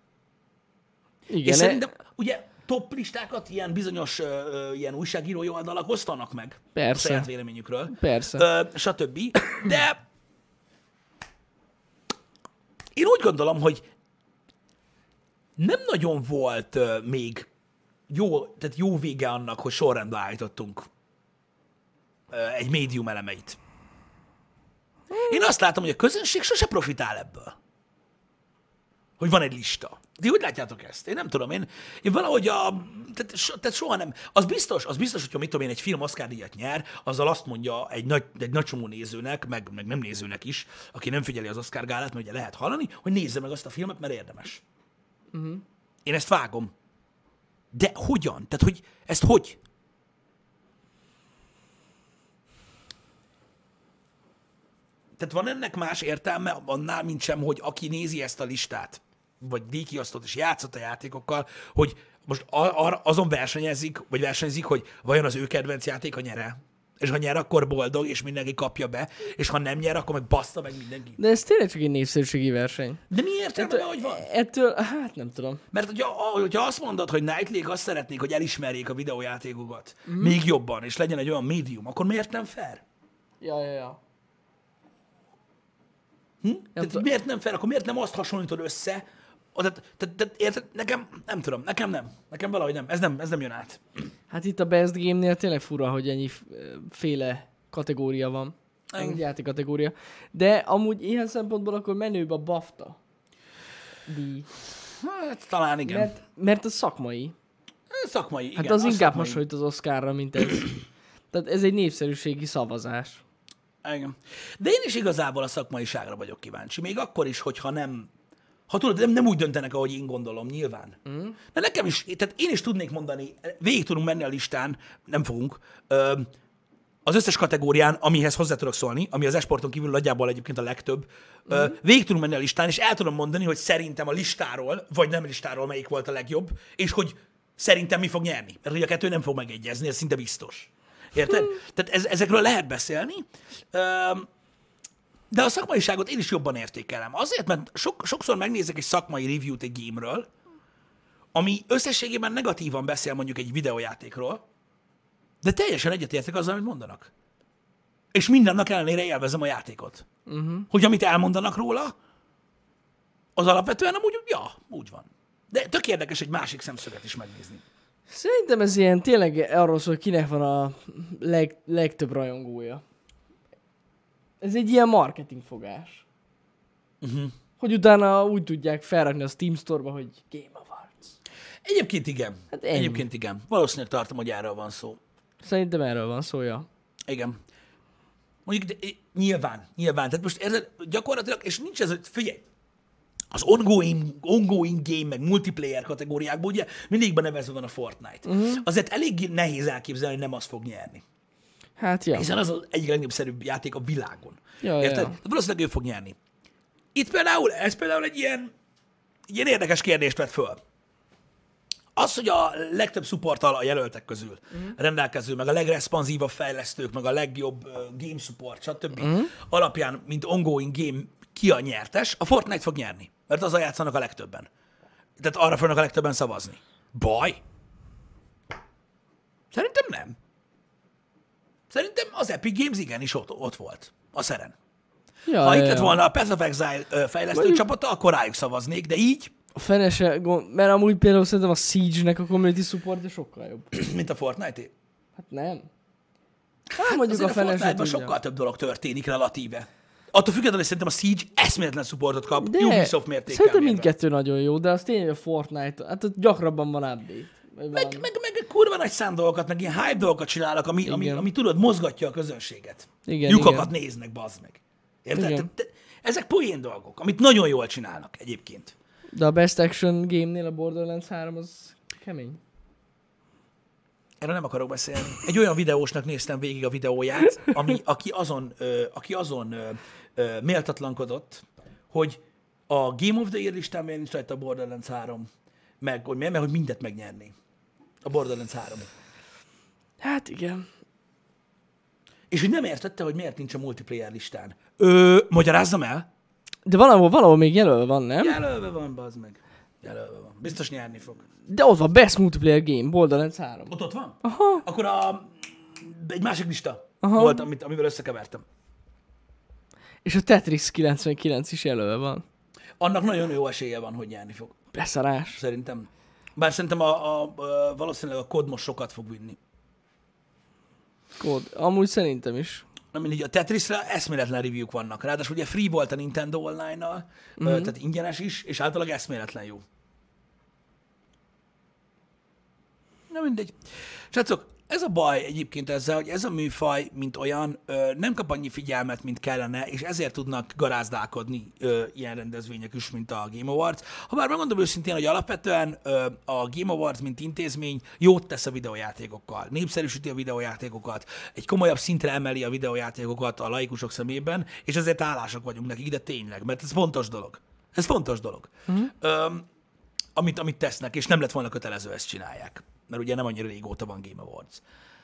Igen, És e- szerintem, ugye, top listákat ilyen bizonyos ö, ö, ilyen újságírói oldalak osztanak meg Persze. a saját véleményükről, Persze. ö, stb. De én úgy gondolom, hogy nem nagyon volt ö, még jó, tehát jó vége annak, hogy sorrendbe állítottunk ö, egy médium elemeit. Én azt látom, hogy a közönség sose profitál ebből. Hogy van egy lista. Ti hogy látjátok ezt? Én nem tudom, én, én valahogy a... Tehát, so, tehát soha nem... Az biztos, az biztos, hogyha mit tudom én, egy film Oscar díjat nyer, azzal azt mondja egy nagy, egy nagy csomó nézőnek, meg, meg nem nézőnek is, aki nem figyeli az Oscar gálát, mert ugye lehet hallani, hogy nézze meg azt a filmet, mert érdemes. Uh-huh. Én ezt vágom. De hogyan? Tehát, hogy ezt hogy? Tehát van ennek más értelme annál, mint sem, hogy aki nézi ezt a listát, vagy díjkiosztót és játszott a játékokkal, hogy most ar- azon versenyezik, vagy versenyzik, hogy vajon az ő kedvenc játéka nyer-e? És ha nyer, akkor boldog, és mindenki kapja be, és ha nem nyer, akkor meg bassza meg mindenki. De ez tényleg csak egy népszerűségi verseny. De mi értelme, hogy van? Ettől, hát nem tudom. Mert hogyha, hogyha azt mondod, hogy Night azt szeretnék, hogy elismerjék a videójátékokat mm. még jobban, és legyen egy olyan médium, akkor miért nem fair? Ja, ja, ja. Hm? Tehát tudom. miért nem fair? Akkor miért nem azt hasonlítod össze? Tehát, tehát, tehát érted? Nekem, nem tudom, nekem nem. Nekem valahogy nem. Ez nem, ez nem jön át. Hát itt a Best Game-nél tényleg fura, hogy ennyi f- féle kategória van. Igen. Egy játék kategória. De amúgy ilyen szempontból akkor menőbb a BAFTA díj. Hát talán igen. Mert... Mert, mert a szakmai. Szakmai, igen. Hát az inkább szakmai. hasonlít az Oscarra, mint ez. Tehát ez egy népszerűségi szavazás. Igen. De én is igazából a szakmaiságra vagyok kíváncsi. Még akkor is, hogyha nem... Ha tudod, nem, nem úgy döntenek, ahogy én gondolom, nyilván. Mm. De nekem is, tehát én is tudnék mondani, végig tudunk menni a listán, nem fogunk, ö, az összes kategórián, amihez hozzá tudok szólni, ami az esporton kívül nagyjából egyébként a legtöbb, mm. ö, végig tudunk menni a listán, és el tudom mondani, hogy szerintem a listáról, vagy nem listáról melyik volt a legjobb, és hogy szerintem mi fog nyerni. Mert hogy a kettő nem fog megegyezni, ez szinte biztos. Érted? Mm. Tehát ez, ezekről lehet beszélni. Ö, De a szakmaiságot én is jobban értékelem. Azért, mert sok, sokszor megnézek egy szakmai review-t egy game-ről, ami összességében negatívan beszél mondjuk egy videójátékról, de teljesen egyetértek azzal, amit mondanak. És mindennek ellenére élvezem a játékot. Uh-huh. Hogy amit elmondanak róla, az alapvetően amúgy, ja, úgy van. De tök érdekes egy másik szemszöget is megnézni. Szerintem ez ilyen tényleg arról szól, hogy kinek van a leg, legtöbb rajongója. Ez egy ilyen marketingfogás. Uh-huh. Hogy utána úgy tudják felrakni a Steam Store-ba, hogy Game Awards. Egyébként igen. Hát ennyi. Egyébként igen. Valószínűleg tartom, hogy erről van szó. Szerintem erről van szó, ja. Igen. Mondjuk, de, nyilván, nyilván. Tehát most érted, gyakorlatilag, és nincs ez, hogy figyelj, az ongoing, ongoing game, meg multiplayer kategóriákban ugye mindig benevezve van a Fortnite. Uh-huh. Azért elég nehéz elképzelni, hogy nem az fog nyerni. Hát, ja. Hiszen az az egyik legnépszerűbb játék a világon. Ja, Érted? ja. De valószínűleg ő fog nyerni. Itt például, ez például egy ilyen, egy ilyen érdekes kérdést vett föl. Az, hogy a legtöbb supporttal a jelöltek közül uh-huh. rendelkező, meg a legresponsívabb fejlesztők, meg a legjobb uh, game support, stb. Uh-huh. alapján, mint ongoing game, ki a nyertes, a Fortnite fog nyerni. Mert azzal játszanak a legtöbben. Tehát arra fognak a legtöbben szavazni. Baj? Szerintem nem. Szerintem az Epic Games igenis ott, ott volt. A szeren. Ja, ha ja, itt lett ja. volna a Path of Exile fejlesztő Mondjuk... csapata, akkor rájuk szavaznék, de így, A fenese, gond... mert amúgy például szerintem a Siege-nek a community supportja sokkal jobb. mint a Fortnite-é. Hát nem. Hát mondjuk a Azért a fenese Fortnite-ban tudja. sokkal több dolog történik relatíve. Attól függetlenül szerintem a Siege eszméletlen supportot kap, De Ubisoft mértékkel szerintem mérve. mindkettő nagyon jó, de az tényleg a Fortnite, hát ott gyakrabban van update. Vagy Meg, valami. meg, meg kurva nagy szám dolgokat, meg ilyen hype dolgokat csinálnak, ami, ami, Igen. ami tudod, mozgatja a közönséget. Igen, Lyukakat igen. néznek, bazd meg. Érted? Igen. Te- te- Ezek poén dolgok, amit nagyon jól csinálnak egyébként. De a Best Action game-nél a Borderlands három az kemény. Erről nem akarok beszélni. Egy olyan videósnak néztem végig a videóját, ami, aki azon, ö, aki azon ö, ö, méltatlankodott, hogy a Game of the Year listán miért nincs rajta a Borderlands három, meg hogy miért, mert hogy mindet megnyerni. A Borderlands három. Hát igen. És hogy nem értette, hogy miért nincs a multiplayer listán. Ö, magyarázzam el? De valahol, valahol még jelölve van, nem? Jelölve van, bazd meg. Jelölve van. Biztos nyerni fog. De ott van Best Multiplayer Game, Borderlands három. Ott ott van? Aha. Akkor a, egy másik lista Aha. volt, amit, amivel összekevertem. És a Tetris kilencvenkilenc is jelölve van. Annak nagyon jó esélye van, hogy nyerni fog. Beszarás. Szerintem. Bár szerintem a, a, a, valószínűleg a kód most sokat fog vinni. Kód. Amúgy szerintem is. Na mindegy, a Tetrisre eszméletlen review-k vannak. Ráadásul ugye free volt a Nintendo Online-nal, Mhm. mm-hmm. tehát ingyenes is, és általában eszméletlen jó. Na mindegy. Srácok, ez a baj egyébként ezzel, hogy ez a műfaj, mint olyan, ö, nem kap annyi figyelmet, mint kellene, és ezért tudnak garázdálkodni ö, ilyen rendezvények is, mint a Game Awards. Habár megmondom őszintén, hogy alapvetően ö, a Game Awards, mint intézmény jót tesz a videójátékokkal, népszerűsíti a videójátékokat, egy komolyabb szintre emeli a videójátékokat a laikusok szemében, és ezért hálásak vagyunk nekik, de tényleg, mert ez fontos dolog. Ez fontos dolog. Mm-hmm. Ö, amit, amit tesznek, és nem lett volna kötelező, ezt csinálják. Mert ugye nem annyira régóta van Game Awards.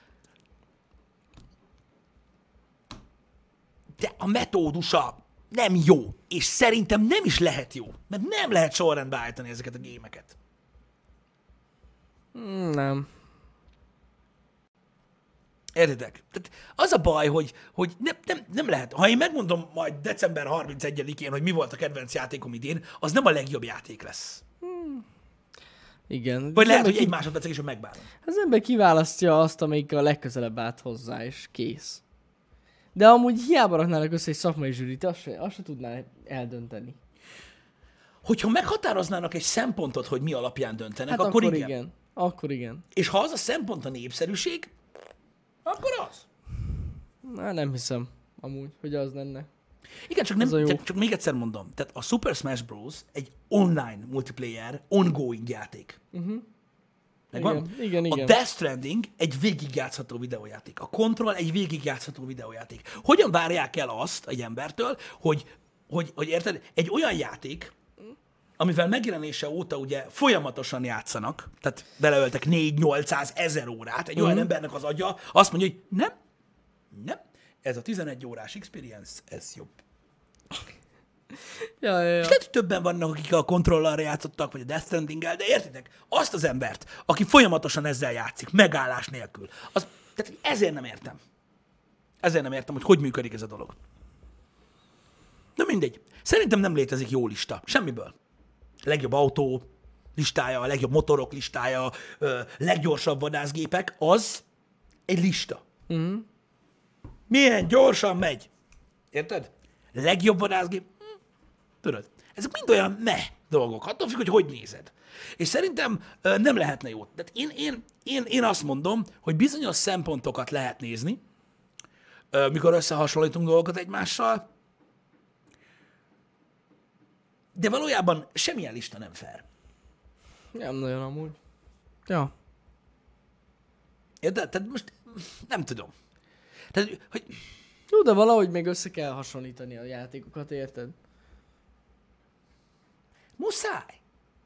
De a metódusa nem jó, és szerintem nem is lehet jó, mert nem lehet sorrendbe állítani ezeket a gémeket. Mm, nem. Értitek? Tehát az a baj, hogy, hogy nem, nem, nem lehet. Ha én megmondom majd december harmincegyedikén, hogy mi volt a kedvenc játékom idén, az nem a legjobb játék lesz. Igen. Vagy Az lehet, ember hogy egy másodpercig is megbánom. Az ember kiválasztja azt, amelyik a legközelebb állt hozzá, és kész. De amúgy hiába raknának össze egy szakmai zsűrit, azt se, azt se tudná eldönteni. Hogyha meghatároznának egy szempontot, hogy mi alapján döntenek, Hát akkor, akkor igen. igen. Akkor igen. És ha az a szempont a népszerűség, akkor az. Na, nem hiszem amúgy, hogy az lenne. Igen, csak, Az a nem, jó. csak, csak még egyszer mondom. Tehát a Super Smash Bros. Egy online multiplayer, ongoing játék. Uh-huh. Megvan? Igen, igen, igen. A Death Stranding egy végigjátszható videójáték. A Control egy végigjátszható videójáték. Hogyan várják el azt egy embertől, hogy, hogy, hogy érted, egy olyan játék, amivel megjelenése óta ugye folyamatosan játszanak, tehát beleöltek négy-nyolcszáz ezer órát, egy olyan Mhm. embernek az agya azt mondja, hogy nem, nem, ez a tizenegy órás experience, ez jobb. Ja, ja, ja. És lehet, hogy többen vannak, akik a kontrollerre játszottak, vagy a Death Stranding-el, de értitek? Azt az embert, aki folyamatosan ezzel játszik, megállás nélkül, az, tehát ezért nem értem. Ezért nem értem, hogy hogy működik ez a dolog. Na mindegy. Szerintem nem létezik jó lista. Semmiből. A legjobb autó listája, a legjobb motorok listája, ö, leggyorsabb vadászgépek, az egy lista. Uh-huh. Milyen gyorsan megy. Érted? Legjobb vadászgép? Hm, tudod, ezek mind olyan meh, dolgok. Attól függ, hogy hogy nézed. És szerintem ö, nem lehetne jó. Tehát én, én, én, én azt mondom, hogy bizonyos szempontokat lehet nézni, ö, mikor összehasonlítunk dolgokat egymással, de valójában semmilyen lista nem fair. Nem nagyon amúgy. Ja. Érted? Tehát most nem tudom. Tehát, hogy Jó, de valahogy még össze kell hasonlítani a játékokat, érted? muszáj.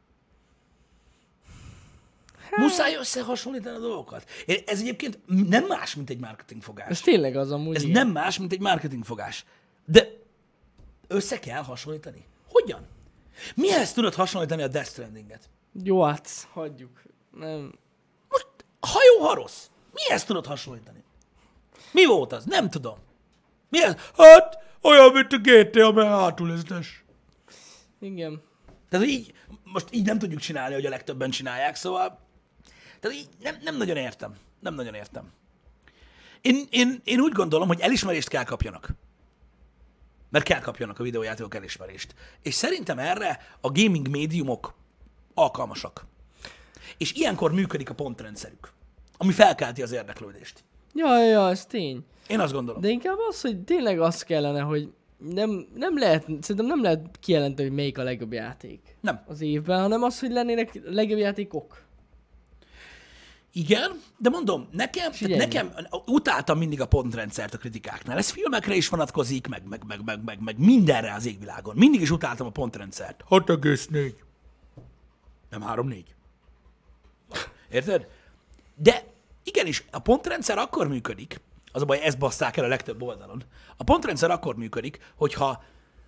Muszáj összehasonlítani a dolgokat. Ez egyébként nem más, mint egy marketingfogás. Ez tényleg az amúgy. Ez igen. nem más, mint egy marketingfogás. De össze kell hasonlítani. Hogyan? Mihez tudod hasonlítani a Death Strandinget? Jó, hát hagyjuk. Nem. Most, ha jó, ha rossz. Mihez tudod hasonlítani? Mi volt az? Nem tudom. Mi ez? Hát, olyan, mint a gé té á, mert hátulizdes. Igen. Tehát így, most így nem tudjuk csinálni, hogy a legtöbben csinálják, szóval tehát így nem, nem nagyon értem. Nem nagyon értem. Én, én, én úgy gondolom, hogy elismerést kell kapjanak. Mert kell kapjanak a videójátékok elismerést. És szerintem erre a gaming médiumok alkalmasak. És ilyenkor működik a pontrendszerük, ami felkelti az érdeklődést. Ja, ja, ja, ez tény. Én azt gondolom. De inkább az, hogy tényleg az kellene, hogy nem, nem lehet, szerintem nem lehet kijelenteni, hogy melyik a legjobb játék Nem. az évben, hanem az, hogy lennének legjobb játékok. Igen, de mondom, nekem, tehát nekem utáltam mindig a pontrendszert a kritikáknál. Ez filmekre is vonatkozik, meg, meg, meg, meg, meg, meg mindenre az égvilágon. Mindig is utáltam a pontrendszert. hat egész négy. Nem három négy. Érted? De igenis, a pontrendszer akkor működik, az a baj, ezt basszák el a legtöbb oldalon. A pontrendszer akkor működik, hogyha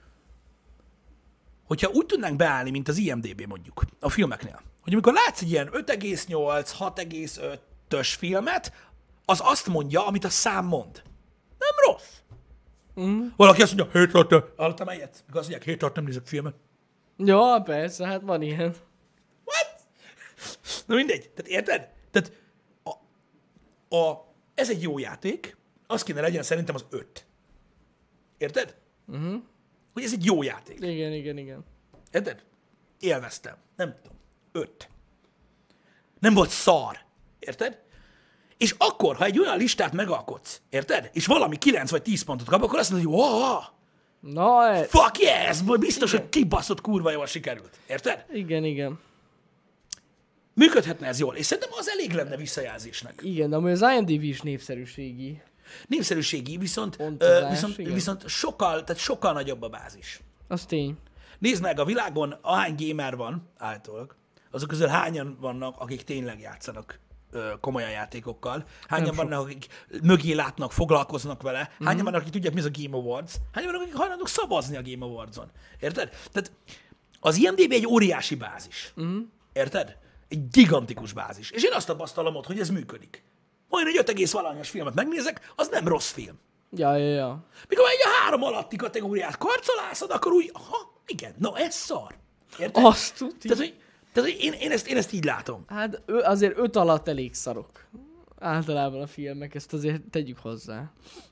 hogyha úgy tudnánk beállni, mint az i em dé bé mondjuk, a filmeknél, hogy amikor látsz egy ilyen öt egész nyolc, hat egész ötös filmet, az azt mondja, amit a szám mond. Nem rossz. Mm. Valaki azt mondja, hét alatt, hallottam egyet? Mikor azt mondják, hét alatt nem nézek filmet. Ja, persze, hát van ilyen. What? Na mindegy. Tehát érted? Tehát a, a, ez egy jó játék, az kéne legyen szerintem az öt. Érted? Uh-huh. Hogy ez egy jó játék. Igen, igen, igen. Érted? Élveztem. Nem tudom. Öt. Nem volt szar. Érted? És akkor, ha egy olyan listát megalkotsz, érted? És valami kilenc vagy tíz pontot kap, akkor azt mondod, hogy wow, Na, ez... fuck yes, biztos, igen, hogy kibaszott kurva jól sikerült. Érted? Igen, igen. Működhetne ez jól, és szerintem az elég lenne visszajelzésnek. Igen, de amúgy az i em dé bé is népszerűségi. Népszerűségi, viszont, Pontozás, ö, viszont, igen. viszont sokkal, tehát sokkal nagyobb a bázis. Az tény. Nézd meg, a világon ahány gamer van, általában, azok közül hányan vannak, akik tényleg játszanak ö, komolyan játékokkal, hányan Nem vannak, akik mögé látnak, foglalkoznak vele, hányan mm-hmm. vannak, akik tudják, mi az a Game Awards, hányan vannak, akik hajlandók szavazni a Game Awards-on. Érted? Tehát az i em dé bé egy óriási bázis. Mm-hmm. Érted? Egy gigantikus bázis. És én azt tapasztalom ott, hogy ez működik. Olyan egy öt egész valahanyas filmet megnézek, az nem rossz film. Ja, ja, ja. Mikor egy a három alatti kategóriát karcolászod, akkor úgy, aha, igen, na ez szar. Érted? Azt tudja. Tehát, hogy, tehát, hogy én, én, ezt, én ezt így látom. Hát ő, azért öt alatt elég szarok. Általában a filmek, ezt azért tegyük hozzá.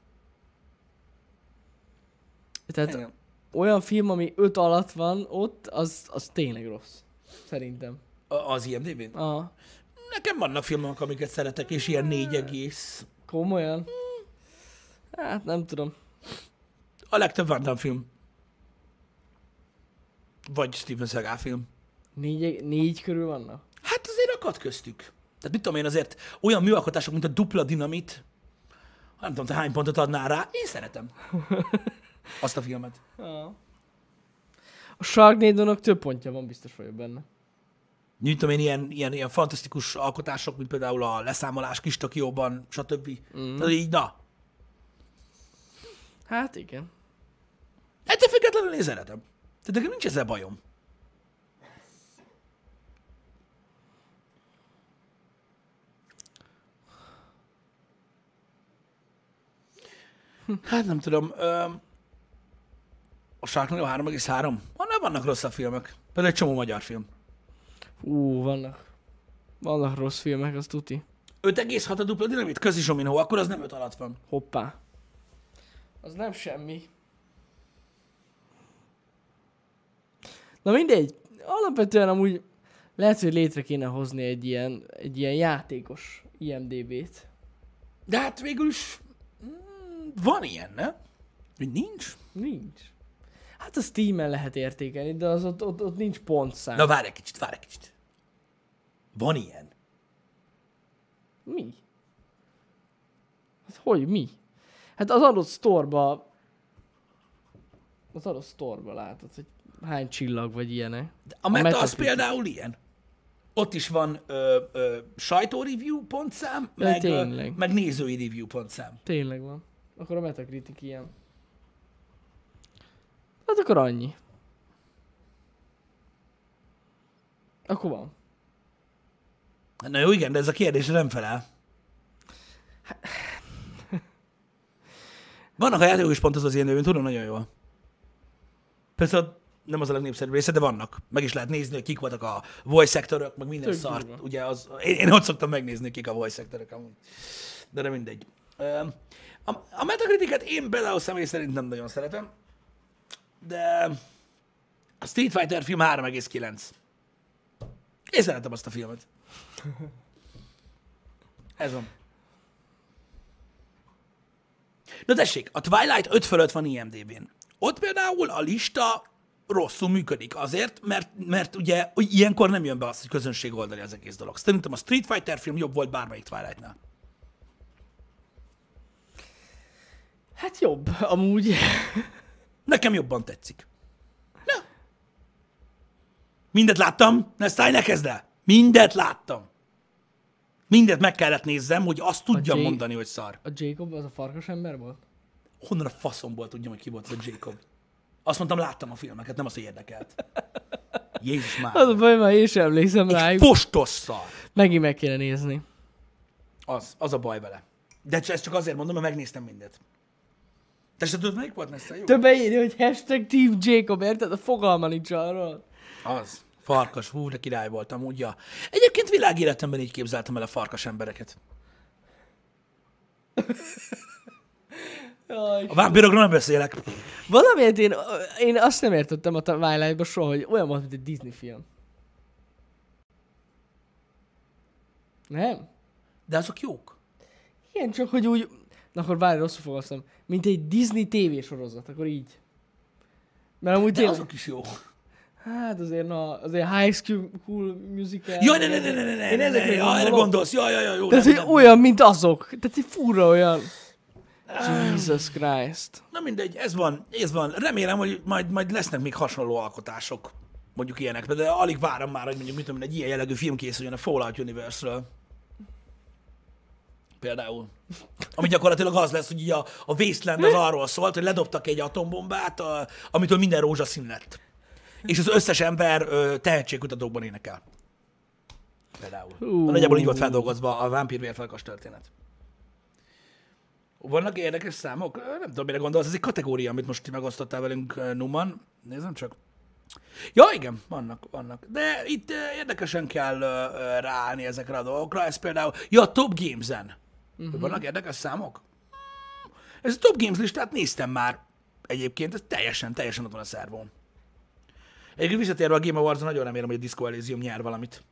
Tehát Igen. olyan film, ami öt alatt van ott, az, az tényleg rossz. Szerintem. A, az i em dé bén? Aha. Nekem vannak filmek, amiket szeretek, és ilyen négy egész. Komolyan? Hát nem tudom. A legtöbb Van Damme film. Vagy Steven Seagal film. Négy, négy körül vannak? Hát azért akad köztük. Tehát mit tudom én, azért olyan műalkotások, mint a Dupla Dinamit, nem tudom, te hány pontot adnál rá, én szeretem azt a filmet. Ja. A Sharknado-nak több pontja van, biztos vagyok benne. Mit tudom én, ilyen, ilyen, ilyen fantasztikus alkotások, mint például a Leszámolás Kis Tokióban, stb. Mm. Tehát így, na. Hát igen. Ettől függetlenül én szeretem. Tehát nekem nincs ezzel bajom. Hát nem tudom. Öm, a Sharknado három egész három. Annál vannak rosszabb filmek. Például egy csomó magyar film. Ú, vannak. Vannak rossz filmek, az tuti. öt egész hat a Dupla Dinamit, Közi Zsominó, akkor az nem öt alatt van. Hoppá. Az nem semmi. Na mindegy. alapvetően amúgy lehet, hogy létre kéne hozni egy ilyen, egy ilyen játékos I M D B-t. De hát végül is mm, van ilyen, ne? Hogy nincs? Nincs. Hát a Steam-en lehet értékelni, de az ott, ott, ott nincs pontszám. Na várj egy kicsit, várj egy kicsit. Van ilyen? Mi? Hát hogy mi? Hát az adott sztorba az adott sztorba látod, hogy hány csillag vagy ilyenek. De a Meta, a Meta az Metacritic. például ilyen. Ott is van ö, ö, sajtó-review pontszám, De meg, ö, tényleg. meg nézői review pontszám. Tényleg van. Akkor a Metacritic ilyen. Hát akkor annyi. Akkor van. Na jó, igen, de ez a kérdésre nem felel. Vannak a játékok is pontozva az ilyen növén, tudom nagyon jól. Persze nem az a legnépszerűbb része, de vannak. Meg is lehet nézni, hogy kik voltak a voice actorok, meg minden Tök szart. durva. Ugye az, én, én ott szoktam megnézni, kik a voice actorok amúgy. De nem mindegy. Ö, A, a Metacriticet én például személy szerint nem nagyon szeretem, de a Street Fighter film három egész kilenc. Én szeretem azt a filmet. Ez van. Na tessék, a Twilight öt fölött van I M D B-n. Ott például a lista rosszul működik azért, mert, mert ugye hogy ilyenkor nem jön be az, hogy közönség oldali az egész dolog. Szerintem a Street Fighter film jobb volt bármelyik Twilightnál. Hát jobb, amúgy. Nekem jobban tetszik. Na. Mindet láttam, ne szállj, ne kezd el. Mindet láttam. Mindet meg kellett nézzem, hogy azt tudjam Jay- mondani, hogy szar. A Jacob az a farkas ember volt? Honnan a faszomból tudjam, hogy ki volt az a Jacob? Azt mondtam, láttam a filmeket, nem azt, hogy érdekelt. Jézus már. Az a baj, már én sem emlékszem Egy rájuk. postos szar. Megint meg kéne nézni. Az, az a baj vele. De ezt csak azért mondom, mert megnéztem mindet. Te se tudod, melyik volt Nessa? Jó? Többen írja, hogy hashtag Team Jacob, érted? A fogalma nincs arról. Az. Farkas, hú, de király voltam, úgy. Ja. Egyébként világéletemben így képzeltem el a farkas embereket. Jaj. A vámpirokról nem beszélek. Valamiért én, én azt nem értettem a Twilight-ban soha, hogy olyan volt, mint egy Disney film. Nem? De azok jók. Igen, csak hogy úgy... Na akkor várj, rosszul fogalmaztam. Mint egy Disney tévésorozat, akkor így. Mert amúgy De tényleg... azok is jó. Hát azért, na, azért High School Cool Musical... Jaj, ne, ne, ne, ne, ne, ne, Én ne, ezekre ne, ja, erre gondolok. gondolsz. Ja, ja, ja, jó. Tehát, nem, hogy nem. olyan, mint azok. Tehát, hogy furra olyan. Jesus Christ. Na mindegy, ez van, ez van. Remélem, hogy majd, majd lesznek még hasonló alkotások, mondjuk ilyenek, de alig várom már, hogy mondjuk mit tudom, egy ilyen jellegű film készüljön a Fallout Universe-ről. Például. Ami gyakorlatilag az lesz, hogy így a, a Wasteland az arról szólt, hogy ledobtak egy atombombát, a, amitől minden rózsaszín lett. És az összes ember ö, tehetségkutatókban énekel. Például. Hú. Nagyjából így volt feldolgozva a vámpírvérfarkas történet. Vannak érdekes számok? Ö, Nem tudom, mire gondolsz, ez egy kategória, amit most ti megosztottál velünk, ö, Numan. Nézem csak. Ja, igen, vannak, vannak. De itt ö, érdekesen kell ö, ö, ráállni ezekre a dolgokra. Ez például, ja, a Top Games-en. Uh-huh. Vannak érdekes számok? Ez a Top Games listát néztem már egyébként, ez teljesen, teljesen ott van a szervón. Egyébként visszatérve a Game Awards-on, nagyon remélem, hogy a Disco Elysium nyer valamit.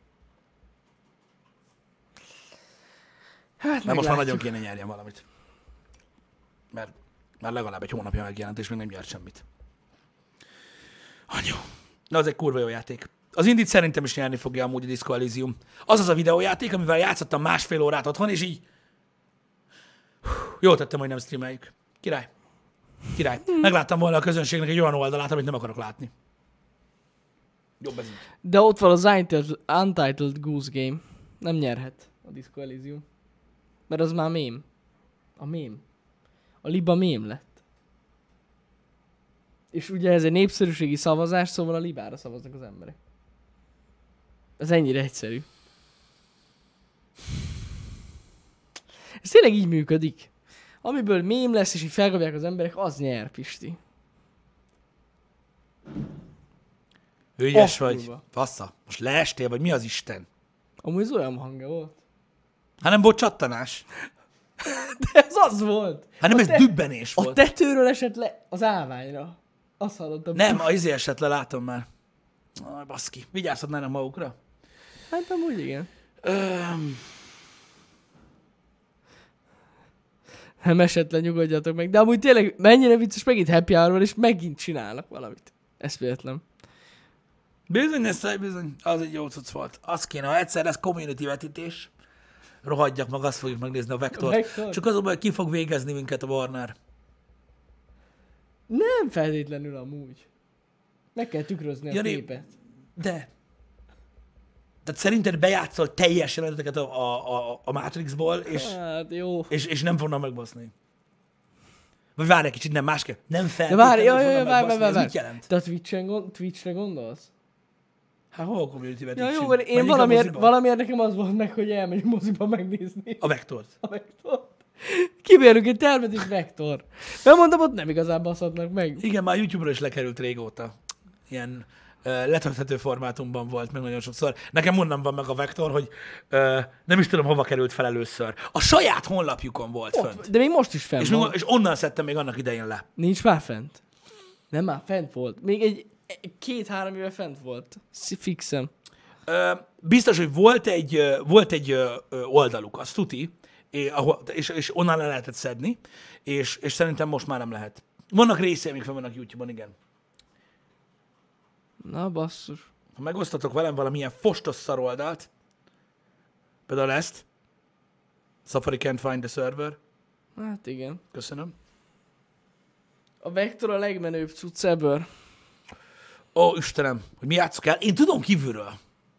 Hát Mert most már nagyon meglátjuk. kéne nyerjen valamit. Mert már legalább egy hónapja megjelent, és még nem nyert semmit. Anyu. Na, az egy kurva jó játék. Az Indit szerintem is nyerni fogja amúgy a Disco Elysium. Az az a videójáték, amivel játszottam másfél órát otthon, és így... Hú, jól tettem, hogy nem streameljük. Király. Király. Megláttam volna a közönségnek egy olyan oldalát, amit nem akarok látni. Jobb ez így. De ott van az Untitled, Untitled Goose Game. Nem nyerhet a Disco Elysium. Mert az már mém. A mém. A liba mém lett. És ugye ez egy népszerűségi szavazás, szóval a libára szavaznak az emberek. Ez ennyire egyszerű. Ez tényleg így működik. Amiből mém lesz, és így felkapják az emberek, az nyer, Pisti. Ügyes Oh, vagy. kurva. Passza. Most leestél, vagy mi az Isten? Amúgy ez olyan hangja volt. Hát nem volt csattanás. De ez az volt. Hát nem A ez te- dübbenés A volt. tetőről esett le az állványra. Azt hallottam. Nem, a izé esett le, látom már. Aj, baszki. Vigyázhatnának magukra. Hát amúgy igen. Öm... Nem esetlen nyugodjatok meg. De amúgy tényleg mennyire vicces, megint happy hour van, és megint csinálnak valamit. Ez véletlen. Bizony, ez bizony. Az egy jó cucc volt. Az kéne, ha egyszer lesz community vetítés, rohadjak meg, azt fogjuk megnézni a Vektort. A Vektor? Csak azonban, hogy ki fog végezni minket a Warner. Nem feltétlenül amúgy. Meg kell tükrözni a Jani, képet. De. Tehát szerinted bejátszol teljes jeleneteket a, a, a, a Matrixból, és, Hát jó. és, és nem fognak megbaszni. Vagy várj egy kicsit, nem másképp. Nem De feltétlenül várj, jaj, fognak jaj, várj, megbaszni. várj, Ez várj. mit jelent? Te a Twitch-en gond, Twitch-re gondolsz? Hát hol a community Ja vetítés? jó, mert én Menjünk a valamiért, moziba? valamiért nekem az volt meg, hogy elmegyünk moziba megnézni A Vektort. a Vektort. Kibérünk egy termet és Vektor. Mert mondom, ott nem igazán baszhatnak meg. Igen, már YouTube-ra is lekerült régóta. Ilyen uh, letölthető formátumban volt meg nagyon sokszor. Nekem onnan van meg a Vektor, hogy uh, nem is tudom, hova került fel először. A saját honlapjukon volt Ott, fönt. de még most is fent És, van. még, és onnan szedtem még annak idején le. Nincs már fent. Nem már fent volt. Még egy két-három éve fent volt. Fixem. Ö, biztos, hogy volt egy, ö, volt egy ö, ö, oldaluk, az tuti, és, ahol, és, és onnan le lehetett szedni, és, és szerintem most már nem lehet. Vannak részei, amik fel vannak YouTube-on, igen. Na basszus. Ha megosztatok velem valamilyen fostos szaroldalt, például ezt, Safari can't find the server, Hát igen. köszönöm. A Vektor a legmenőbb cucc ebből. Ó, Istenem, hogy mi játszok el? Én tudom kívülről.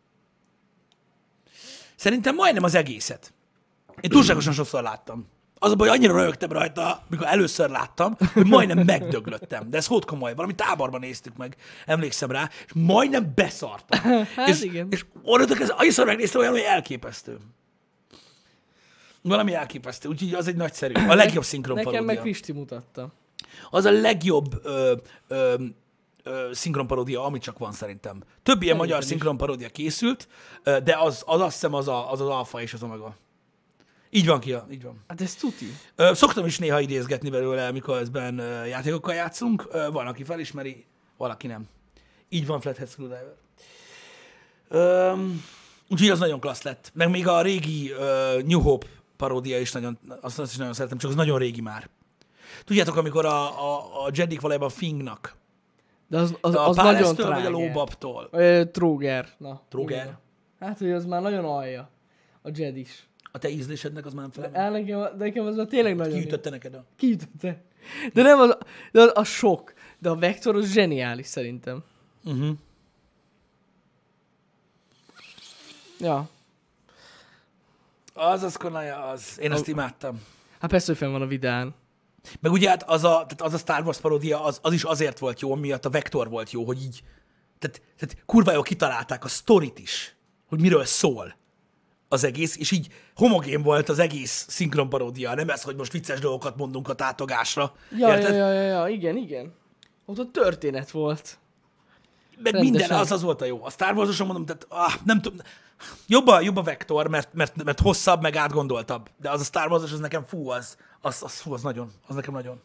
Szerintem majdnem az egészet. Én túlságosan sokszor láttam. Az a baj, annyira röhögtem rajta, mikor először láttam, hogy majdnem megdöglöttem. De ez hód komoly, valami táborban néztük meg, emlékszem rá, és majdnem beszartam. Hát és, igen. És onnantól kezdve annyiszor megnéztem olyan, hogy elképesztő. Valami elképesztő, úgyhogy az egy nagyszerű. A legjobb szinkron Nekem paródia. meg Pisti mutatta. Az a legjobb ö, ö, ö, szinkronparódia, ami csak van szerintem. Több ilyen Szerintem magyar is. szinkronparódia készült, ö, de az, az azt hiszem az, a, az az alfa és az omega. Így van ki, így van. Hát ez tuti. Ö, szoktam is néha idézgetni belőle, amikor ezben ö, játékokkal játszunk. Ö, van, aki felismeri, valaki nem. Így van Flathead Screwdriver. Ö, úgyhogy az nagyon klassz lett. Meg még a régi ö, New Hope paródia is nagyon, azt, azt is nagyon szeretem, csak az nagyon régi már. Tudjátok, amikor a, a, a Jedik valójában fingnak. De az, az, A az nagyon Pálesztől vagy a tráger. lóbabtól? Ö, Tróger. Na, Tróger? igen. Hát, hogy az már nagyon alja. A Jed is. A te ízlésednek az már nem felel. El nekem, de nekem az már tényleg nagyon... Kiütötte neked a... Kiütötte. De nem az, de az, az sok. De a Vektor az zseniális szerintem. Uh-huh. Ja. Az az konaja, az. Én azt A- imádtam. Hát persze, hogy fenn van a videán. Meg ugye hát az a, tehát az a Star Wars paródia, az, az is azért volt jó, miatt a Vektor volt jó, hogy így, tehát, tehát kurva jól kitalálták a sztorit is, hogy miről szól az egész, és így homogén volt az egész szinkron paródia, nem ez, hogy most vicces dolgokat mondunk a tátogásra. Ja, ja, érted? ja, ja, ja, igen, igen. Ott a történet volt. Meg Rendesen. minden, az az volt a jó. A Star Wars-oson mondom, tehát ah, nem tudom, jobb a, jobb a Vektor, mert, mert, mert hosszabb, meg átgondoltabb. De az a Star Wars-os, az nekem fú, az, az, az, fú, az nagyon, az nekem nagyon.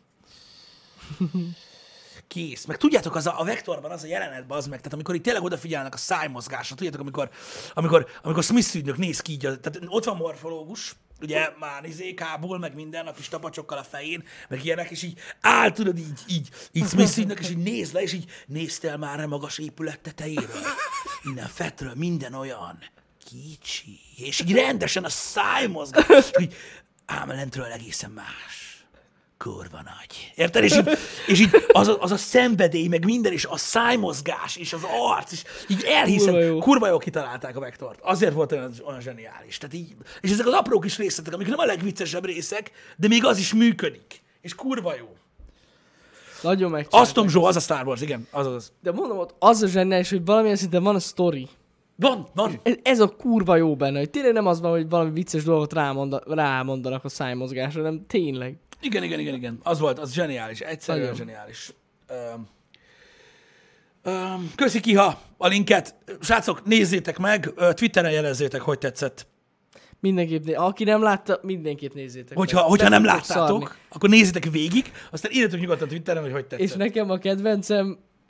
Kész. Meg tudjátok, az a, a Vektorban az a jelenetben az meg, tehát amikor itt tényleg odafigyelnek a szájmozgásra, tudjátok, amikor, amikor, amikor Smith ügynök néz ki így, tehát ott van morfológus, ugye már izé, kábul, meg minden, a kis tapacsokkal a fején, meg ilyenek, és így áll, tudod, így, így, így Smith ügynök, és így néz le, és így néztél már a magas épület tetejéről, innen fetről, minden olyan kicsi, és így rendesen a szájmozgás, és így, ám lentről egészen más. Kurva nagy. Érted? És így, és így az, a, az a szenvedély, meg minden, és a szájmozgás, és az arc, és így elhiszem, Kurva kurva, jó. kurva jól kitalálták a Vektort. Azért volt olyan, olyan zseniális. Tehát így, és ezek az apró kis részletek, amik nem a legviccesebb részek, de még az is működik. És kurva jó. Nagyon megcsinálták. Aston Zsó, az a Star Wars, igen, az az. De mondom, ott az a zseniális, hogy valamilyen szinten van a sztori. Van, van. Ez, ez a kurva jó benne, hogy tényleg nem az van, hogy valami vicces dolgot rámonda, rámondanak a szájmozgásra, hanem tényleg. Igen, igen, igen, igen. Az volt, az zseniális. Egyszerűen Nagyon. zseniális. Um, um, köszi Kiha a linket. Srácok, nézzétek meg, ö, Twitteren jelezzétek, hogy tetszett. Mindenképp, né- aki nem látta, mindenképp nézzétek Hogyha, meg. hogyha Be nem fogtok láttátok, szarni. akkor nézzétek végig, aztán írjatok nyugodtan Twitteren, hogy hogy tetszett. És nekem a kedvencem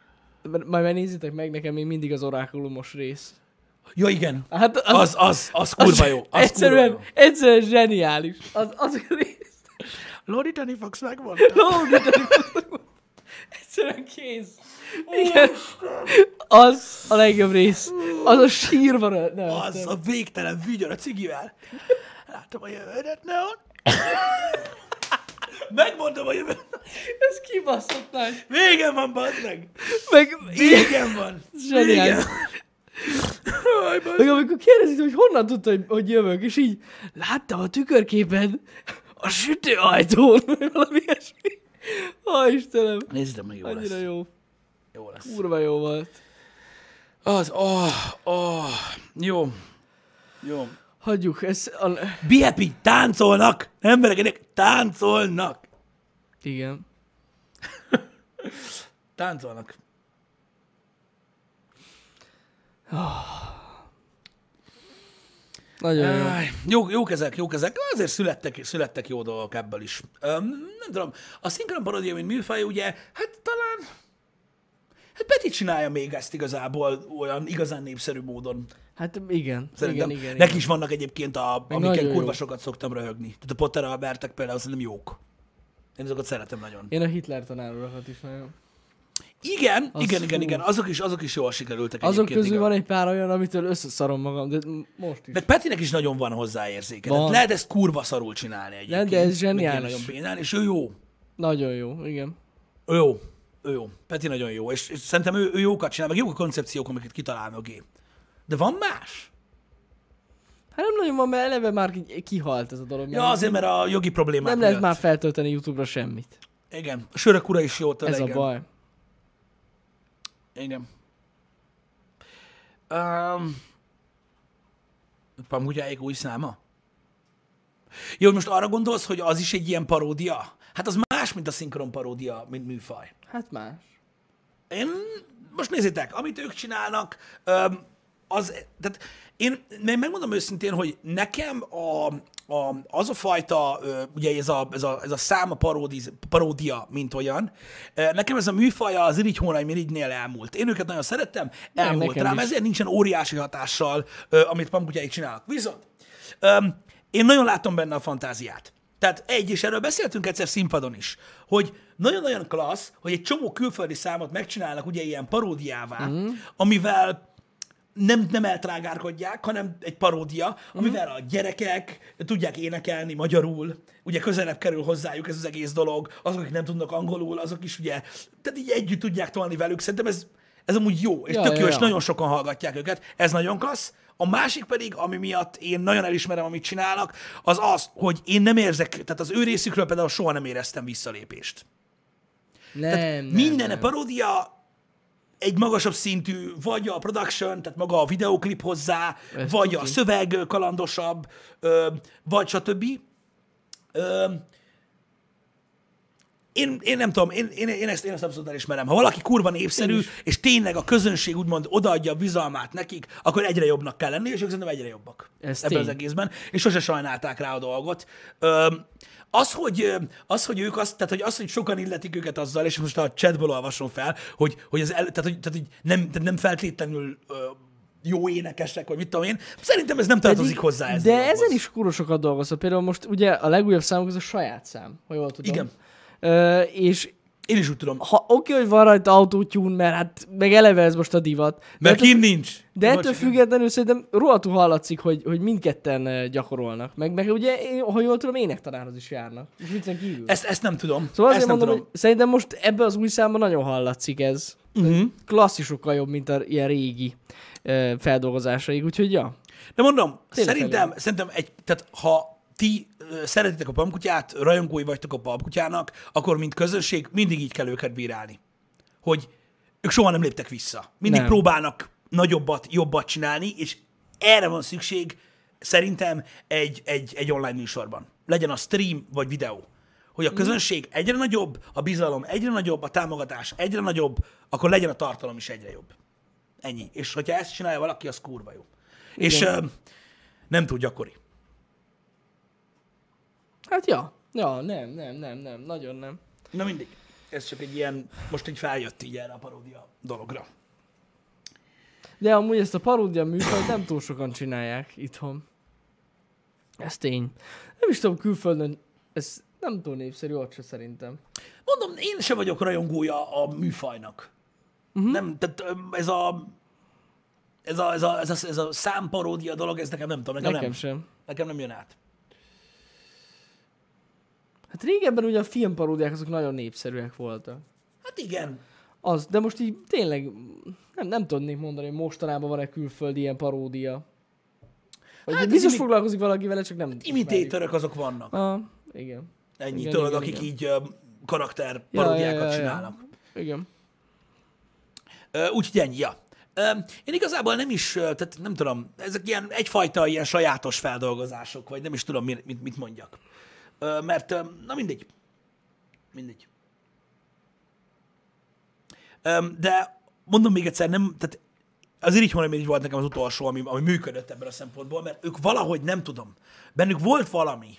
Majd megnézzétek meg, nekem még mindig az orákulumos rész. Ja, igen. Hát Az, az, az, az kurva jó. Az egyszerűen, kurva jó. egyszerűen zseniális. Az, az a rész. Lordítani fogsz, megmondta. Lódítani fogsz. Egyszerűen kész. Igen. Az a legjobb rész. Az a sírva nem. Az a végtelen vigyor a cigivel. Látom a jövődet, Neon. Megmondom a jövődet. Ez kibaszott nagy. Végem van, bazd meg. Meg, Végem van. zseniális. Aj, bazd. Meg amikor kérdezik, hogy honnan tudta, hogy, hogy jövök, és így láttam a tükörképen a sütőajtón, vagy valami ilyesmi. Ó, Istenem. Nézzétek meg, jó lesz. Annyira jó. Jó lesz. Kurva jó volt. Az, oh, oh, jó. Jó. Hagyjuk, ez... A... Be happy, táncolnak. Emberek, ennek táncolnak. Igen. Táncolnak. Nagyon jó. Áj, jó, jók ezek, jók ezek. Azért születtek, születtek jó dolgok ebből is. Öm, nem tudom, a szinkron paródia, mint műfaj, ugye, hát talán... Hát Peti csinálja még ezt igazából olyan igazán népszerű módon. Hát igen, Szerintem. igen, igen. Neki igen. is vannak egyébként, a, Meg amiken nagyon kurva jó. sokat szoktam röhögni. Tehát a Potter Albertek például szerintem jók. Én azokat szeretem nagyon. Én a Hitler tanárokat is nagyon. Igen, Az igen, fú. igen, igen. Azok is, azok is jól sikerültek Azok egyébként. közül igen. van egy pár olyan, amitől összeszarom magam, de most is. Meg Petinek is nagyon van hozzáérzéke. Van. Tehát lehet ezt kurva szarul csinálni egyébként. de ez Meg ilyen zseniális. Nagyon bénán, és ő jó. Nagyon jó, igen. Ő jó. Ő jó. Peti nagyon jó. És, és szerintem ő, ő jókat csinál, meg jók a koncepciók, amiket kitalál mögé. De van más? Hát nem nagyon van, mert eleve már ki- kihalt ez a dolog. Ja, azért, mert a jogi problémák nem lehet miatt. már feltölteni YouTube-ra semmit. Igen. A Sörök ura is jó tőle, Ez a igen. baj. Igen. Um, Pamkutyáik új száma? Jó, most arra gondolsz, hogy az is egy ilyen paródia? Hát az más, mint a szinkron paródia, mint műfaj. Hát más. Én, most nézzétek, amit ők csinálnak, öm, az, tehát én, én megmondom őszintén, hogy nekem a, a, az a fajta, ö, ugye ez a, ez a, ez a száma paródiz, paródia, mint olyan, ö, nekem ez a műfaja az Irigy Hónai Mirigynél elmúlt. Én őket nagyon szerettem, elmúlt nekem rám, is. ezért nincsen óriási hatással, ö, amit Pamkutyáik csinálnak. Viszont öm, én nagyon látom benne a fantáziát. Tehát egy, és erről beszéltünk egyszer színpadon is, hogy nagyon-nagyon klassz, hogy egy csomó külföldi számot megcsinálnak ugye ilyen paródiává, mm. amivel nem, nem eltrágárkodják, hanem egy paródia, amivel a gyerekek tudják énekelni magyarul, ugye közelebb kerül hozzájuk ez az egész dolog, azok, akik nem tudnak angolul, azok is ugye, tehát így együtt tudják tolni velük, szerintem ez, ez amúgy jó, és Ja, tök jó, ja, és ja. nagyon sokan hallgatják őket, ez nagyon klassz. A másik pedig, ami miatt én nagyon elismerem, amit csinálnak, az az, hogy én nem érzek, tehát az ő részükről például soha nem éreztem visszalépést. Nem, nem, Minden nem. paródia egy magasabb szintű, vagy a production, tehát maga a videóklip hozzá, Ez vagy tuti. a szöveg kalandosabb, ö, vagy stb. Ö, én, én nem tudom, én, én, én, ezt, én ezt abszolút elismerem. Ha valaki kurva népszerű, és tényleg a közönség úgymond odaadja a bizalmát nekik, akkor egyre jobbnak kell lenni, és ők szerintem egyre jobbak Ez ebben tény. az egészben, és sose sajnálták rá a dolgot. Ö, az, hogy, az, hogy ők azt, tehát hogy az, hogy sokan illetik őket azzal, és most a chatból olvasom fel, hogy, hogy, az el, tehát, hogy, tehát, hogy nem, tehát nem feltétlenül ö, jó énekesek, vagy mit tudom én, szerintem ez nem tartozik Pedig- hozzá ez. De ezen is kurva sokat dolgoztak. Például most ugye a legújabb számunk az a saját szám, ha jól tudom. Igen. Ö, és Én is úgy tudom. ha oké, hogy van rajta autótyún, mert hát meg eleve ez most a divat. Mert ettől- kint nincs. De ettől Bocs, függetlenül szerintem rohadtul hallatszik, hogy, hogy mindketten ö, gyakorolnak. Meg, meg ugye, én- ha jól tudom, énektanárhoz is járnak. És viccen kívül. Ezt, ezt nem tudom. Szóval ezt azért nem mondom, tudom. hogy szerintem most ebben az új számban nagyon hallatszik ez. Uh-huh. Klasszisukkal jobb, mint a ilyen régi ö, feldolgozásaik. Úgyhogy ja. De mondom, Tényleg szerintem, felül. szerintem egy, tehát ha ti ö, szeretitek a Pamkutyát, rajongói vagytok a Pamkutyának, akkor mint közönség mindig így kell őket bírálni. Hogy ők soha nem léptek vissza. Mindig Nem. próbálnak nagyobbat, jobbat csinálni, és erre van szükség szerintem egy, egy, egy online műsorban. Legyen a stream vagy videó. Hogy a közönség egyre nagyobb, a bizalom egyre nagyobb, a támogatás egyre nagyobb, akkor legyen a tartalom is egyre jobb. Ennyi. És hogyha ezt csinálja valaki, az kurva jó. Igen. És ö, nem túl gyakori. Hát ja. Ja, nem, nem, nem, nem. Nagyon nem. Na mindig. ez csak egy ilyen, most így feljött így erre a paródia dologra. De amúgy ezt a paródia műfajt nem túl sokan csinálják itthon. Ez tény. Nem is tudom, külföldön ez nem túl népszerű ott se szerintem. Mondom, én sem vagyok rajongója a műfajnak. Uh-huh. Nem, tehát ö, ez a, ez a, ez a, ez a, ez a számparódia dolog, ez nekem nem tudom, nekem, Nekem nem, sem. nekem nem jön át. Hát régebben ugye a filmparódiák azok nagyon népszerűek voltak. Hát igen. Az, de most így tényleg nem, nem tudnék mondani, hogy mostanában van-e külföldi ilyen paródia. Vagy Hát biztos imi- foglalkozik valaki vele, csak nem Imitétorok azok vannak. Ah, igen. Ennyi, Igen, tudod, igen, akik igen. így ö, karakter Ja, paródiákat ja, ja, ja. csinálnak. Igen. Ö, Úgyhogy ennyi, ja. Ö, Én igazából nem is, ö, tehát nem tudom, ezek ilyen egyfajta ilyen sajátos feldolgozások, vagy nem is tudom, mit, mit, mit mondjak. Ö, Mert, ö, na mindegy. Mindegy. Ö, De mondom még egyszer, nem, tehát az Irigy így volt nekem az utolsó, ami, ami működött ebben a szempontból, mert ők valahogy, nem tudom, bennük volt valami,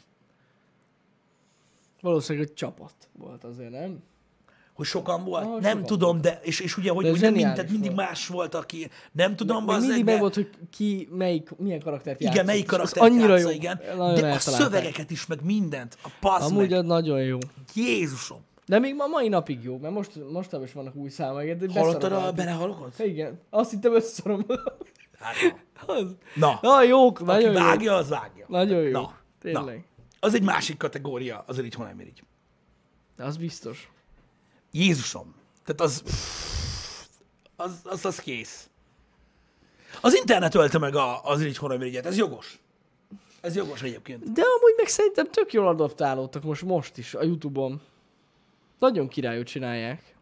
Valószínűleg egy csapat volt azért, nem? hogy sokan volt, Ah, nem sokan tudom, de, és, és ugye, hogy, De hogy nem zseniális mindig, mindig volt. más volt, aki, nem tudom, Még bazzeg, mindig de, meg volt, hogy ki, melyik, milyen karaktert játszott. igen, melyik És az karaktert annyira játsza, jó. igen, Nagyon de a eltalálták. szövegeket is, meg mindent, a passz Amúgy meg, az nagyon jó. Jézusom. De még ma mai napig jó, mert most, mostában is vannak új számok. de Hallottad beszarom a rá. belehalokot? Igen. Azt hittem összeszorom. Hát, Az. na, Na, jók, aki nagyon jó. vágja, az vágja. Nagyon jó. Na, Tényleg. Az egy másik kategória, az Irigy Honamirigy. De az biztos. Jézusom. Tehát az, az, az, az kész. Az internet ölte meg a, az Irigy Honamirigyet, ez jogos. Ez jogos egyébként. De amúgy meg szerintem tök jól adaptálódtak most, most is a Youtube-on. Nagyon királyot csinálják.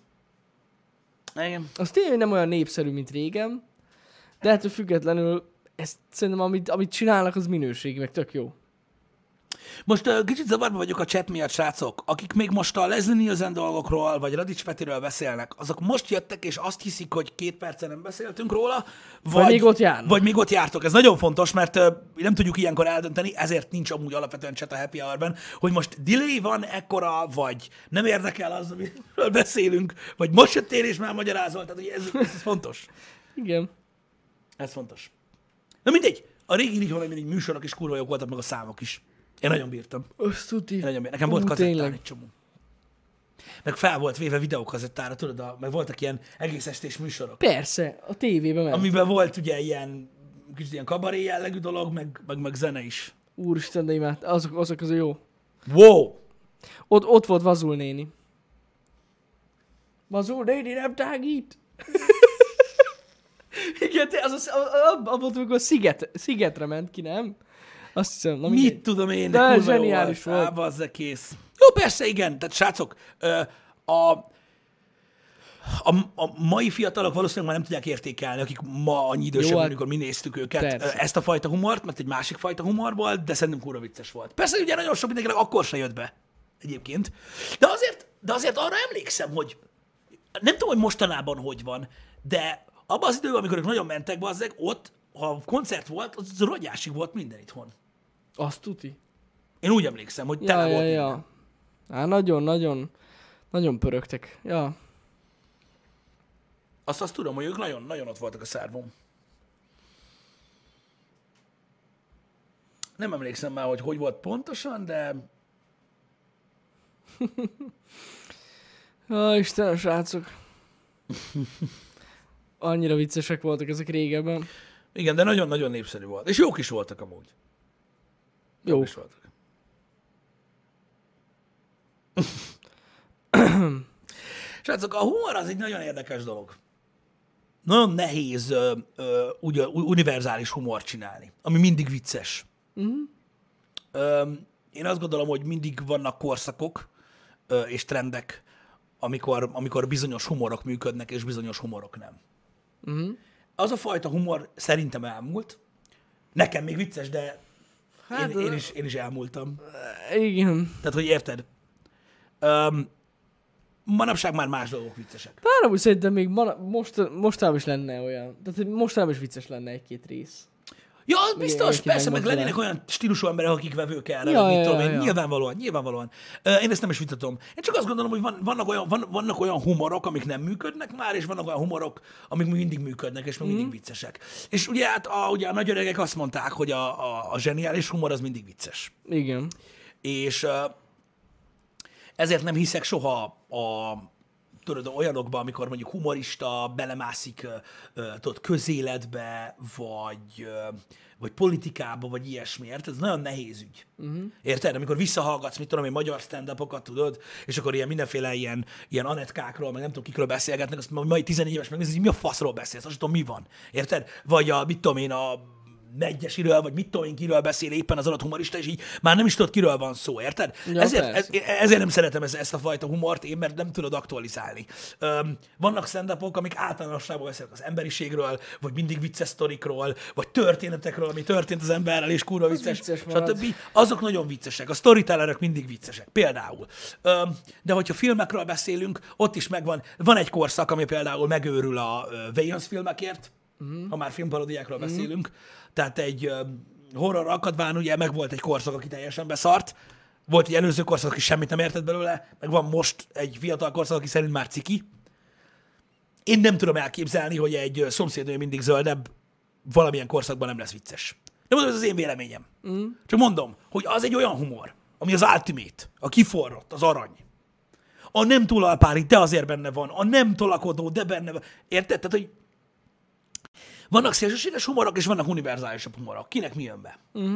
Igen. Az tényleg nem olyan népszerű, mint régen, de ettől függetlenül ezt szerintem, amit, amit csinálnak, az minőségi, meg tök jó. Most uh, kicsit zavarba vagyok a chat miatt, srácok. Akik még most a Leslie Nielsen dolgokról, vagy Radics Petiről beszélnek, azok most jöttek, és azt hiszik, hogy két percen nem beszéltünk róla, vagy, Vagy még ott járnak. Vagy még ott jártok. Ez nagyon fontos, mert uh, nem tudjuk ilyenkor eldönteni, ezért nincs amúgy alapvetően chat a Happy Hour-ben, hogy most delay van ekkora, vagy nem érdekel az, amiről beszélünk, vagy most jöttél és már magyarázol. Tehát hogy ez, ez, ez fontos. Igen. Ez fontos. Na mindegy, a régi Irigy Honamirigy műsorok is kurva jók voltak, meg a számok is. Én nagyon bírtam. Azt tuti. Én nagyon bírtam. Nekem volt Ú, kazettán tényleg. egy csomó. Meg fel volt véve videókazettára, tudod, a, meg voltak ilyen egész estés műsorok, Persze, a tévébe ment. amiben volt ugye ilyen kicsit ilyen kabaré jellegű dolog, meg, meg, meg zene is. Úristen, de imád. Azok, azok az jó. Wow! Ott, ott volt Vazul néni. Vazul néni nem tágít. Igen, te- az, az, abban volt, amikor sziget, szigetre ment ki, nem? Azt hiszem, na mindegy. Mit tudom én, de, De kurva jó zseniális volt. Á, bazzeg, kész. Jó, persze, igen. Tehát srácok, ö, a, a, a mai fiatalok valószínűleg már nem tudják értékelni, akik ma annyi idősek, hát amikor mi néztük őket, persze. ö, ezt a fajta humort, mert egy másik fajta humor volt, de szerintem kurva vicces volt. Persze, ugye nagyon sok mindenkinek akkor se jött be egyébként. De azért, de azért arra emlékszem, hogy nem tudom, hogy mostanában hogy van, de abban az időben, amikor ők nagyon mentek, bazzeg, ott, ha koncert volt, az rogyásig volt minden itthon. Azt tuti. Én úgy emlékszem, hogy Ja, tele ja, volt minden. ja. Á, nagyon, nagyon, nagyon pörögtek. Ja. Azt, azt tudom, hogy ők nagyon, nagyon ott voltak a szárvon. Nem emlékszem már, hogy hogy volt pontosan, de Ja, Istenem, srácok. Annyira viccesek voltak ezek régebben. igen, de nagyon-nagyon népszerű volt. És jók is voltak amúgy. Jók Jó. is voltak. Srácok, a humor az egy nagyon érdekes dolog. Nagyon nehéz ö, ö, úgy, ö, univerzális humort csinálni, ami mindig vicces. Uh-huh. Ö, én azt gondolom, hogy mindig vannak korszakok ö, és trendek, amikor, amikor bizonyos humorok működnek, és bizonyos humorok nem. Uh-huh. Az a fajta humor szerintem elmúlt. Nekem még vicces, de Hát, én, én, is, én is elmúltam. Igen. Tehát, hogy érted? Um, manapság már más dolgok viccesek. Bár úgy szerintem még ma, most, mostában is lenne olyan. Tehát hogy mostában is vicces lenne egy-két rész. Ja, az biztos, ki persze, meg megmozdulás. lennének olyan stílusú emberek, akik vevők erre, Ja, ja, mit ja, tudom ja, én, ja. nyilvánvalóan, nyilvánvalóan. Uh, én ezt nem is vitatom. Én csak azt gondolom, hogy van, vannak, olyan, van, vannak olyan humorok, amik nem működnek már, és vannak olyan humorok, amik még mindig működnek, és még Mhm. mindig viccesek. És ugye hát a, ugye a nagy öregek azt mondták, hogy a, a, a zseniális humor az mindig vicces. Igen. És uh, ezért nem hiszek soha a tudod, olyanokba, amikor mondjuk humorista belemászik uh, uh, tudod, közéletbe, vagy, uh, vagy politikába, vagy ilyesmi, érted? Ez nagyon nehéz ügy. Uh-huh. Érted? Amikor visszahallgatsz, mit tudom én, magyar stand-upokat, tudod, és akkor ilyen mindenféle ilyen, ilyen anetkákról, meg nem tudom kikről beszélgetnek, azt mondom, hogy mai tizenégy éves megnézed, hogy mi a faszról beszélsz, azt tudom, mi van. Érted? Vagy a, mit tudom én, a Megyesiről, vagy mit tudom én, kiről beszél éppen az adott humorista, és így már nem is tudod, kiről van szó, érted? Ja, ezért, ez, persze. ezért nem szeretem ezt, ezt a fajta humort én, mert nem tudod aktualizálni. Öm, vannak stand-upok, amik általánosságban beszélnek az emberiségről, vagy mindig vicces sztorikról, vagy történetekről, ami történt az emberrel, és kurva vicces, vicces marad. stb. Azok nagyon viccesek. A storytellerek mindig viccesek, például. Öm, de hogyha filmekről beszélünk, ott is megvan, van egy korszak, ami például megőrül a ö, Wayans filmekért, uh-huh. ha már filmparodiákról uh-huh. beszélünk. Tehát egy ö, horror akadván ugye meg volt egy korszak, aki teljesen beszart, volt egy előző korszak, aki semmit nem értett belőle, meg van most egy fiatal korszak, aki szerint már ciki. Én nem tudom elképzelni, hogy egy ö, szomszédnő mindig zöldebb valamilyen korszakban nem lesz vicces. Nem mondom, ez az én véleményem. Mm. Csak mondom, hogy az egy olyan humor, ami az ultimate, a kiforrott, az arany. A nem túl alpári, de azért benne van. A nem tolakodó, de benne van. Érted? Tehát, hogy vannak szélsőséges humorok, és vannak univerzálisabb humorok. Kinek mi jön be? Mm.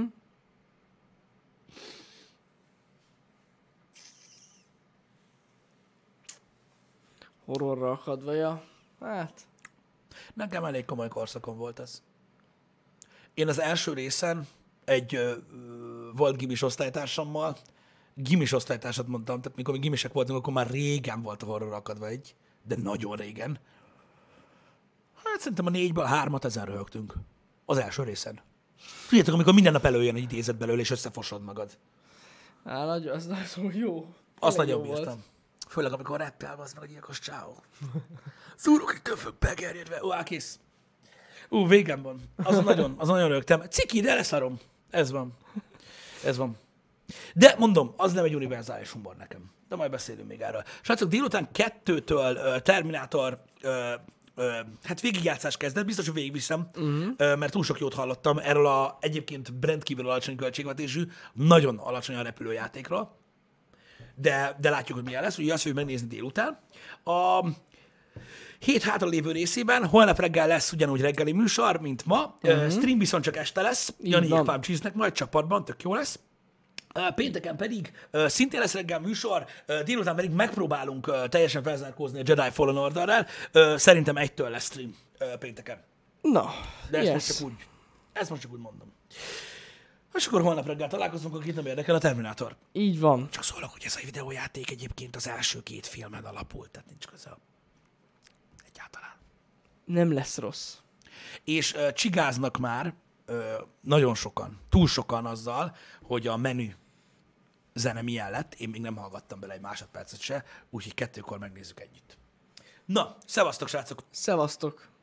Horrorra akadva, ja. Hát, Nekem elég komoly korszakon volt ez. Én az első részen egy ö, ö, volt gimis osztálytársammal, gimis osztálytársat mondtam, tehát mikor mi gimisek voltunk, akkor már régen volt a horror akadva egy, de nagyon régen. Hát szerintem a négyből hármat ezen röhögtünk. Az első részen. Tudjátok, amikor minden nap előjön egy idézet belőle, és összefosod magad. á, nagyon, az nagyon jó. Azt Tényleg nagyon jó volt. bírtam. Főleg, amikor rappel, az meg a gyilkos csáó. Szúrok egy köfök begerjedve. Ó, á, kész. Ú, végem van. Az nagyon, az nagyon rögtem. Ciki, de leszarom. Ez van. Ez van. De mondom, az nem egy univerzális humor nekem. De majd beszélünk még erről. Srácok, délután kettőtől uh, Terminátor uh, uh, hát végigjátszás kezdett, biztos, hogy végigviszem, uh-huh. uh, mert túl sok jót hallottam erről a egyébként rendkívül alacsony költségvetésű, nagyon alacsony a repülőjátékról. De, de látjuk, hogy milyen lesz, ugye azt fogjuk megnézni délután. A hét hátra lévő részében holnap reggel lesz ugyanúgy reggeli műsor, mint ma. Uh-huh. Stream viszont csak este lesz. Jani van. Pám csíznek majd csapatban, tök jó lesz. Pénteken pedig uh, szintén lesz reggel műsor, uh, délután pedig megpróbálunk uh, teljesen felzárkózni a Jedi Fallen Orderrel. Uh, szerintem egytől lesz stream uh, pénteken. Na, De ezt yes. most csak úgy, ezt most csak úgy mondom. És akkor holnap reggel találkozunk, akit nem érdekel a Terminátor. Így van. Csak szólok, hogy ez a videójáték egyébként az első két filmen alapul, tehát nincs köze egyáltalán. Nem lesz rossz. És uh, csigáznak már uh, nagyon sokan, túl sokan azzal, hogy a menü zene milyen lett. Én még nem hallgattam bele egy másodpercet se, úgyhogy kettőkor megnézzük együtt. Na, szevasztok, srácok! Szevasztok.